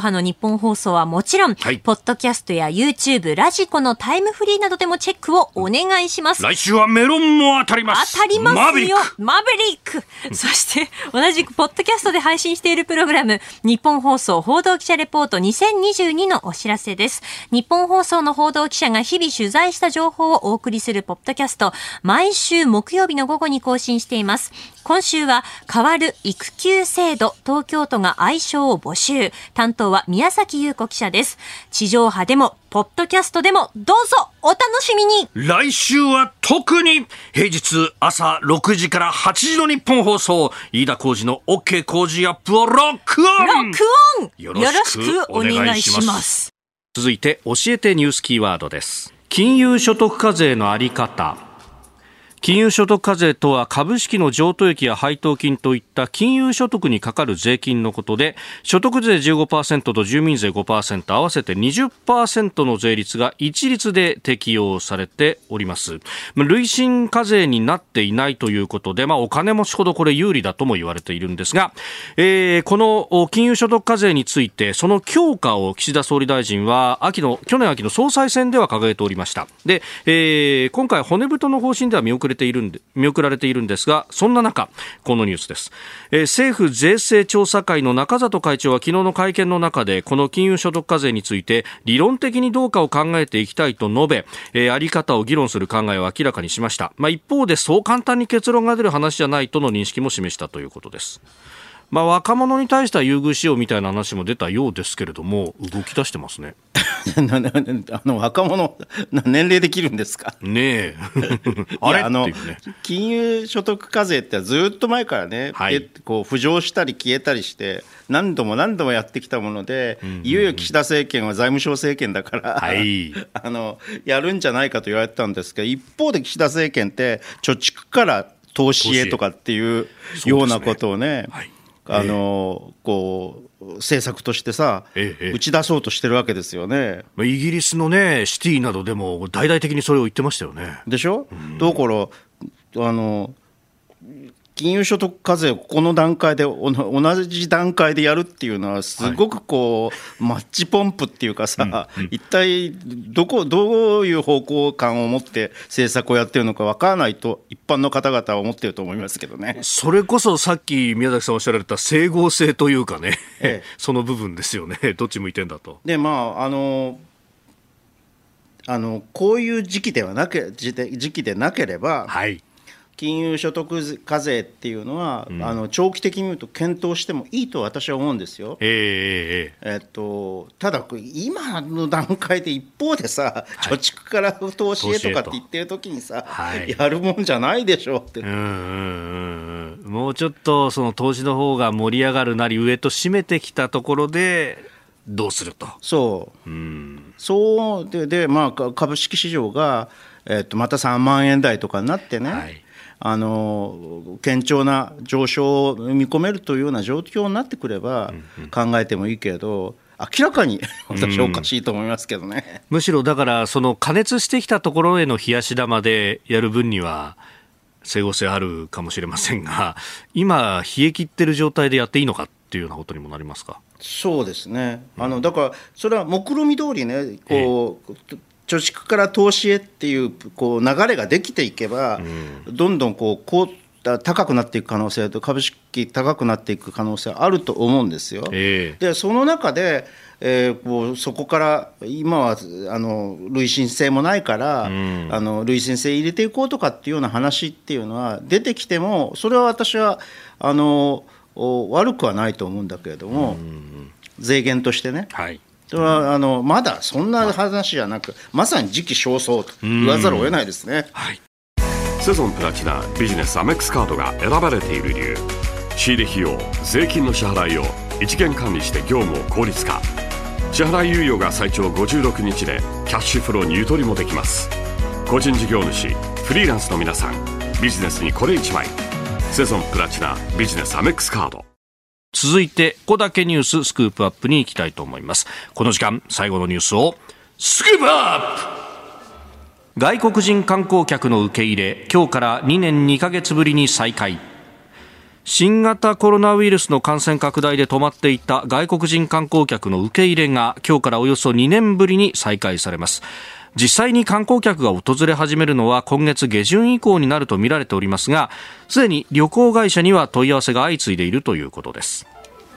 本放送はもちろん、はい、ポッドキャストや YouTube、ラジコのタイムフリーなどでもチェックをお願いします。 来週はメロンも当たります。 当たりますよ。マーベリック。マーベリック。そして同じくポッドキャストで配信しているプログラム、日本放送報道記者レポートにせんにじゅうにのお知らせです。日本放送の報道記者が日々取材した情報をお送りするポッドキャスト、毎週木曜日の午後に更新しています。今週は変わる育休制度、東京都が愛称を募集。担当は宮崎優子記者です。地上波でもポッドキャストでもどうぞお楽しみに。 来週は特に平日朝ろくじからはちじの日本放送、飯田浩司の OK 工事アップをロックオン。 ロックオン。よろしくお願いします。 続いて教えてニュースキーワードです。金融所得課税のあり方。金融所得課税とは株式の譲渡益や配当金といった金融所得にかかる税金のことで、所得税 じゅうごパーセント と住民税 ごパーセント 合わせて にじゅっパーセント の税率が一律で適用されております。累進課税になっていないということで、まあ、お金持ちほどこれ有利だとも言われているんですが、えー、この金融所得課税についてその強化を岸田総理大臣は秋の去年秋の総裁選では掲げておりました。で、えー、今回骨太の方針では見送れているんで見送られているんですが、そんな中このニュースです。えー、政府税制調査会の中里会長は昨日の会見の中で、この金融所得課税について理論的にどうかを考えていきたいと述べ、えー、あり方を議論する考えを明らかにしました。まあ、一方でそう簡単に結論が出る話じゃないとの認識も示したということです。まあ、若者に対しては優遇しようみたいな話も出たようですけれども、動き出してますね。 あの若者年齢できるんですかねえあれあの、 っていうね、 金融所得課税ってずっと前からね、はい、こう浮上したり消えたりして何度も何度もやってきたもので、うんうんうん、いよいよ岸田政権は財務省政権だから、はい、あのやるんじゃないかと言われてたんですけど、一方で岸田政権って貯蓄から投資へとかっていうようなことをね、あのこう政策としてさ、ええ、打ち出そうとしてるわけですよね。 イギリスのねシティなどでも大々的にそれを言ってましたよね。 でしょ、うん、だからあの金融所得課税をこの段階で同じ段階でやるっていうのはすごくこう、はい、マッチポンプっていうかさ、うんうん、一体どこどういう方向感を持って政策をやってるのか分からないと一般の方々は思ってると思いますけどね。 それこそさっき宮崎さんおっしゃられた整合性というかね、ええ、その部分ですよね。どっち向いてんだと。 でまああのあのこういう時期ではなけ時期でなければ、はい、金融所得課税っていうのは、うん、あの長期的に見ると検討してもいいと私は思うんですよ。えーえーえっと、ただ今の段階で一方でさ、はい、貯蓄から投資へとかって言ってる時にさ、はい、やるもんじゃないでしょって。うんうんうん、もうちょっとその投資の方が盛り上がるなり上と締めてきたところでどうすると。 そう、うん、そうで、で、まあ、株式市場が、えっと、またさんまんえん台とかになってね、はい、あの堅調な上昇を見込めるというような状況になってくれば考えてもいいけれど、明らかに私はおかしいと思いますけどね、 うん、むしろだからその加熱してきたところへの冷やし玉でやる分には整合性あるかもしれませんが、今冷え切ってる状態でやっていいのかっていうようなことにもなりますか。 そうですね、あのだからそれは目論見通りね、こう、ええ、貯蓄から投資へっていう、こう流れができていけば、うん、どんどんこうこう高くなっていく可能性と株式高くなっていく可能性あると思うんですよ、えー、でその中で、えー、こうそこから今はあの累進性もないから、うん、あの累進性入れていこうとかっていうような話っていうのは出てきても、それは私はあの悪くはないと思うんだけれども、うん、税源としてね、はい、それはあのまだそんな話じゃなく、まさに時期尚早と言わざるを得ないですね、はい、 セゾンプラチナビジネスアメックスカードが選ばれている理由、仕入れ費用、税金の支払いを一元管理して業務を効率化、支払い猶予が最長ごじゅうろくにちでキャッシュフローにゆとりもできます。個人事業主、フリーランスの皆さん、ビジネスにこれいちまい、セゾンプラチナビジネスアメックスカード。 続いてここだけニューススクープアップに行きたいと思います。この時間最後のニュースをスクープアップ。外国人観光客の受け入れ、今日からにねんにかげつぶりに再開。 新型コロナウイルスの感染拡大で止まっていた外国人観光客の受け入れが今日からおよそにねんぶりに再開されます。実際に観光客が訪れ始めるのは今月下旬以降になると見られておりますが、すでに旅行会社には問い合わせが相次いでいるということです。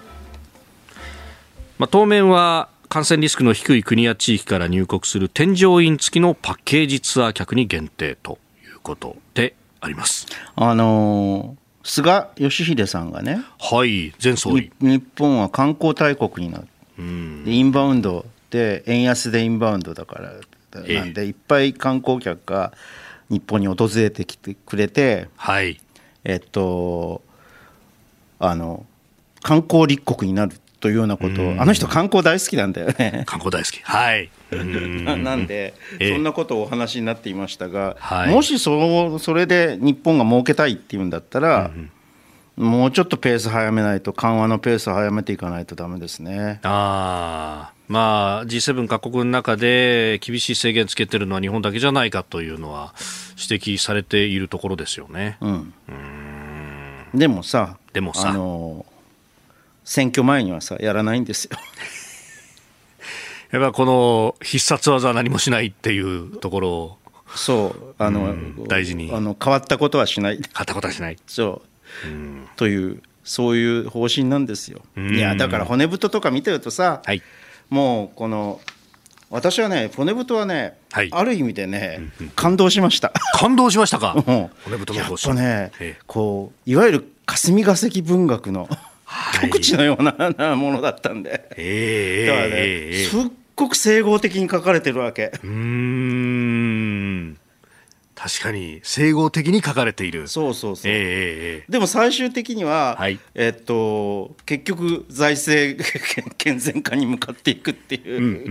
まあ、当面は感染リスクの低い国や地域から入国する添乗員付きのパッケージツアー客に限定ということであります。 あのー菅義偉さんがね、 はい、前総理、 日本は観光大国になる、うん、でインバウンドで円安でインバウンドだからなんで、いっぱい観光客が日本に訪れてきてくれて、 はい、えっとあの観光立国になるというようなことを、あの人観光大好きなんだよね。 観光大好き、はい。 な, なんで、ええ、そんなことをお話になっていましたが、 はい、 もし そ, それで日本が儲けたいっていうんだったら、うんうん、もうちょっとペース早めないと、緩和のペースを早めていかないとダメですね。 あ、まあ、ジーセブン 各国の中で厳しい制限つけてるのは日本だけじゃないかというのは指摘されているところですよね。 うん、うーんでもさ、 でもさあの選挙前にはさやらないんですよ。 やっぱこの必殺技は何もしないっていうところを、 そうあの、うん、 大事に、 あの変わったことはしない、 変わったことはしない、 そう、うん、というそういう方針なんですよ。いやだから骨太とか見てるとさ、はい、もうこの私はね骨太はね、はい、ある意味でね、うんうん、感動しました。 感動しましたか。 うん、 骨太の方針、 やっぱね、ええ、こういわゆる霞が関文学の極地のようなものだったんで、 えー、 だからね、えー、すっごく整合的に書かれてるわけ。 うーん、確かに整合的に書かれている。 そうそうそう、 えー、 でも最終的には、はい、えっと、結局財政健全化に向かっていくっていう、うんうんうん、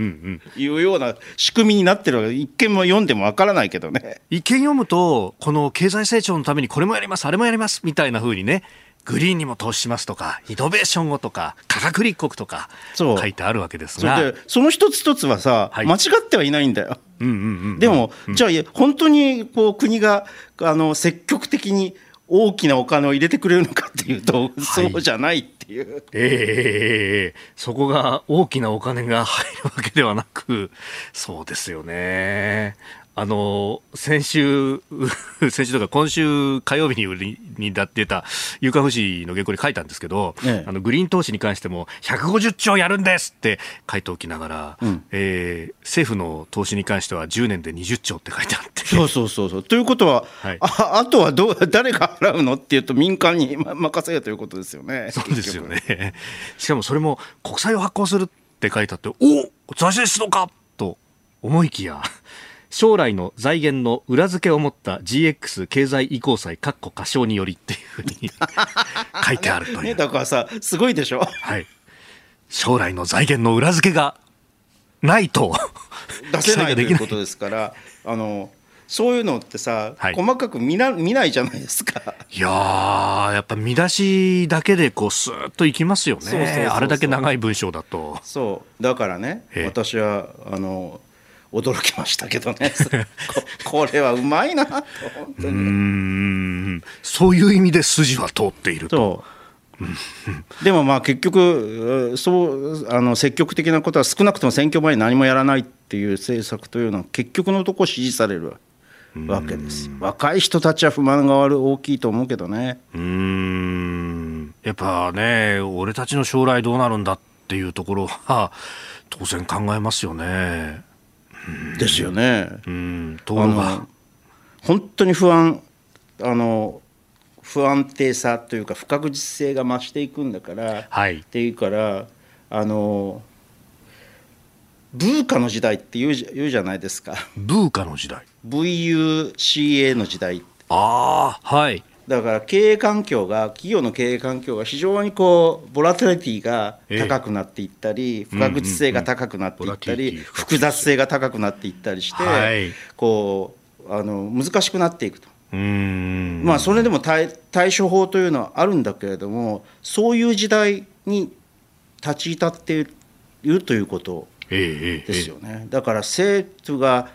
いうような仕組みになってるわけで、一見も読んでもわからないけどね。 一見読むとこの経済成長のためにこれもやりますあれもやりますみたいな風にね、グリーンにも投資しますとかイノベーションをとか科学立国とか書いてあるわけですが、 そ, れでその一つ一つはさ、はい、間違ってはいないんだよ、 うんうんうんうん、 でも、うん、じゃあ本当にこう国があの積極的に大きなお金を入れてくれるのかっていうと、はい、そうじゃないっていう、 えー、そこが大きなお金が入るわけではなく、そうですよね。あの先週先週とか今週火曜日にに出た夕刊フジの原稿に書いたんですけど、ええ、あのグリーン投資に関してもひゃくごじゅっちょうやるんですって書いておきながら、うん、えー、政府の投資に関してはじゅうねんでにじゅっちょうって書いてあって、 そうそうそうそうということは、はい、あ, あとはどう誰が払うのっていうと民間に任せるということですよね。 そうですよね。しかもそれも国債を発行するって書いてあって、お財政出動かと思いきや、将来の財源の裏付けを持った ジーエックス 経済移行債括弧過小によりっていうふうに書いてあるという、 ね、だからさすごいでしょ、 はい、将来の財源の裏付けがないと出せないということですから、あのそういうのってさ、はい、細かく見な、見ないじゃないですか。 いやー、やっぱ見出しだけでこうスーッといきますよね。そうそうそうそう、あれだけ長い文章だと。 そうだからね、私はあの驚きましたけどねこ, これはうまいなと、本当に。うーん、そういう意味で筋は通っていると。 そうでもまあ結局そうあの積極的なことは少なくとも選挙前に何もやらないっていう政策というのは結局のところ支持されるわけです。若い人たちは不満が大きいと思うけどね。 うーん、やっぱね、俺たちの将来どうなるんだっていうところは当然考えますよね。 ですよね。 うん、ところが本当に不安あの不安定さというか不確実性が増していくんだから、はい、っていうからあのブーカの時代って言うじ、言うじゃないですか。 ブーカの時代ブイユーシーエー の時代。 ああ、はい。 だから経営環境が企業の経営環境が非常にこうボラティリティが高くなっていったり、不確実性が高くなっていったり、複雑性が高くなっていったりして、はい、こうあの難しくなっていくと。うーん、まあ、それでも 対, 対処法というのはあるんだけれども、そういう時代に立ち至っているということですよね。だから政府が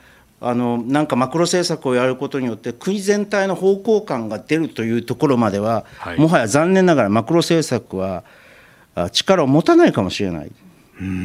あのなんかマクロ政策をやることによって国全体の方向感が出るというところまでは、はい、もはや残念ながらマクロ政策は力を持たないかもしれない。 うー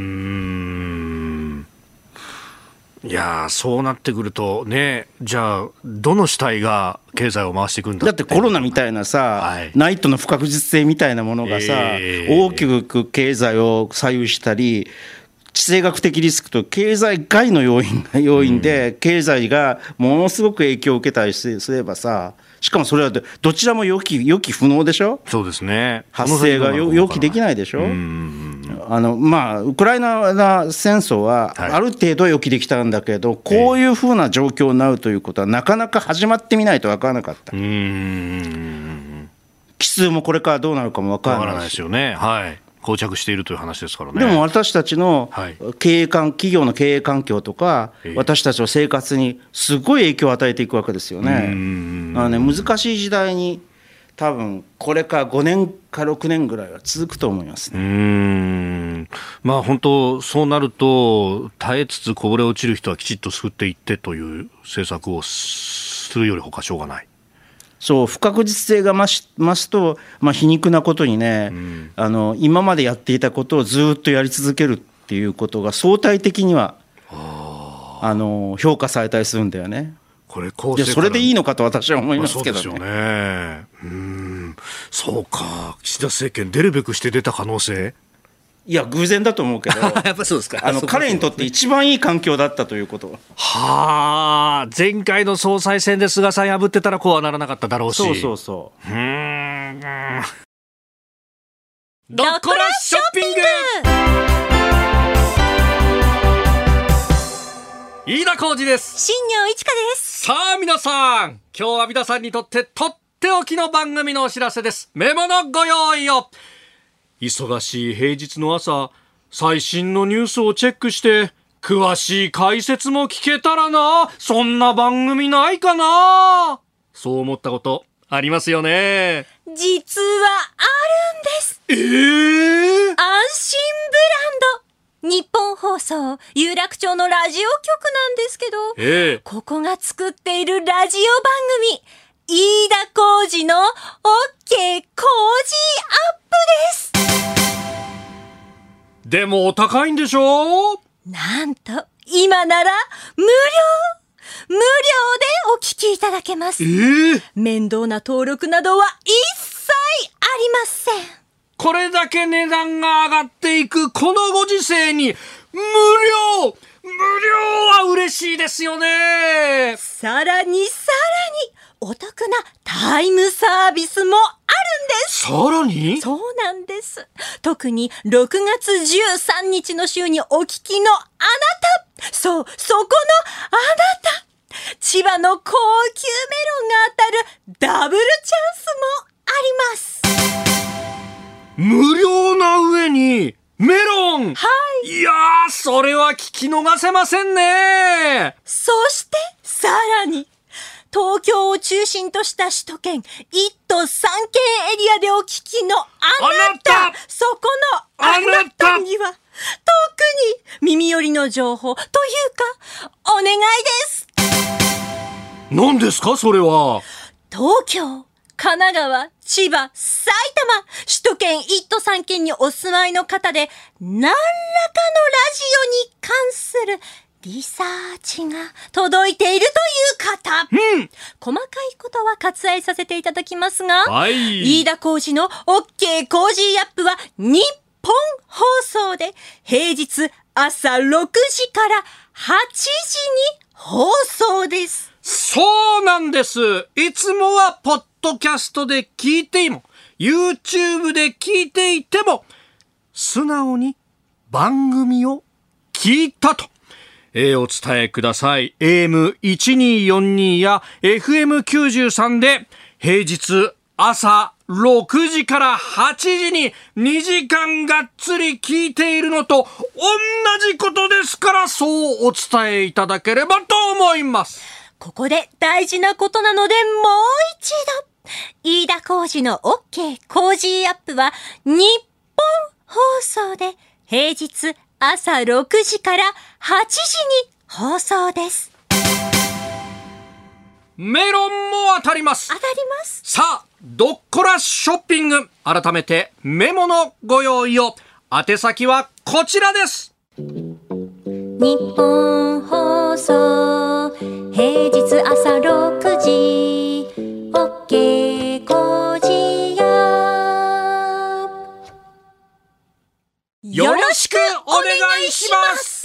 ん、いやそうなってくるとね、じゃあどの主体が経済を回していくんだって。 だってコロナみたいなさ、はい、ナイトの不確実性みたいなものがさ、えー、大きく経済を左右したり、地政学的リスクと経済外の要因が要因で、経済がものすごく影響を受けたりすればさ、しかもそれはどちらも予期、予期不能でしょ。 そうですね。 発生が予期できないでしょ。あのまあウクライナ戦争はある程度予期できたんだけど、はい、こういうふうな状況になるということはなかなか始まってみないと分からなかった。うーん、奇数もこれからどうなるかも分からないし。分からないですよね。はい。膠着しているという話ですからね。 でも私たちの経営環、企業の経営環境とか、私たちの生活にすごい影響を与えていくわけですよね。あのね、難しい時代に多分これからごねんかろくねんぐらいは続くと思いますね。 うーん、まあ本当そうなると、耐えつつこぼれ落ちる人はきちっと救っていってという政策をするよりほかしょうがない。 そう、不確実性が増し、増すと、まあ、皮肉なことにね、うん、あの今までやっていたことをずっとやり続けるっていうことが相対的にはあの評価されたりするんだよね。 これ構成からそれでいいのかと私は思いますけどね。 まあ、そうですよね。うーん、そうか、岸田政権出るべくして出た可能性。 いや偶然だと思うけどやっぱそうですか。 あの彼にとって一番いい環境だったということ。 はあ、前回の総裁選で菅さん破ってたらこうはならなかっただろうし。 そうそうそう。 うーん、ドッコラショッピング、飯田浩司です。 新庄一華です。 さあ皆さん、今日は皆さんにとってとっておきの番組のお知らせです。メモのご用意を。忙しい平日の朝、最新のニュースをチェックして詳しい解説も聞けたらな。そんな番組ないかな。そう思ったことありますよね。 実はあるんです。 えー、 安心ブランド、日本放送有楽町のラジオ局なんですけど、 えー、 ここが作っているラジオ番組、飯田浩司の OK 工事アップです。 でもお高いんでしょ。 なんと今なら無料無料でお聞きいただけます。 えー、 面倒な登録などは一切ありません。 これだけ値段が上がっていくこのご時世に無料無料は嬉しいですよね。 さらにさらにお得なタイムサービスもあるんです。 さらに？ そうなんです。特にろくがつじゅうさんにちの週にお聞きのあなた、そう、そこのあなた、千葉の高級メロンが当たるダブルチャンスもあります。 無料な上にメロン。 はい。 いやー、それは聞き逃せませんね。 そしてさらに東京を中心とした首都圏いっ都さんけんエリアでお聞きのあなた、 あなた、 そこのあなたには特に耳寄りの情報というかお願いです。 何ですかそれは。 東京、神奈川、千葉、埼玉、首都圏いっ都さんけんにお住まいの方で何らかのラジオに関するリサーチが届いているという方、 うん、 細かいことは割愛させていただきますが、 はい、 飯田浩司の OK 工事アップは日本放送で平日朝ろくじからはちじに放送です。 そうなんです。いつもはポッドキャストで聞いても YouTube で聞いていても素直に番組を聞いたと、えー、お伝えください。 エーエムせんにひゃくよんじゅうに や エフエムきゅうじゅうさん で平日朝ろくじからはちじににじかんがっつり聞いているのと同じことですから、そうお伝えいただければと思います。 ここで大事なことなのでもう一度、飯田浩司の OK 工事アップは日本放送で平日朝ろくじからはちじに放送です。 メロンも当たります。 当たります。 さあ、ドッコラショッピング、改めてメモのご用意を。宛先はこちらです。 日本放送平日朝ろくじ OK 工事屋よろしくお願いします。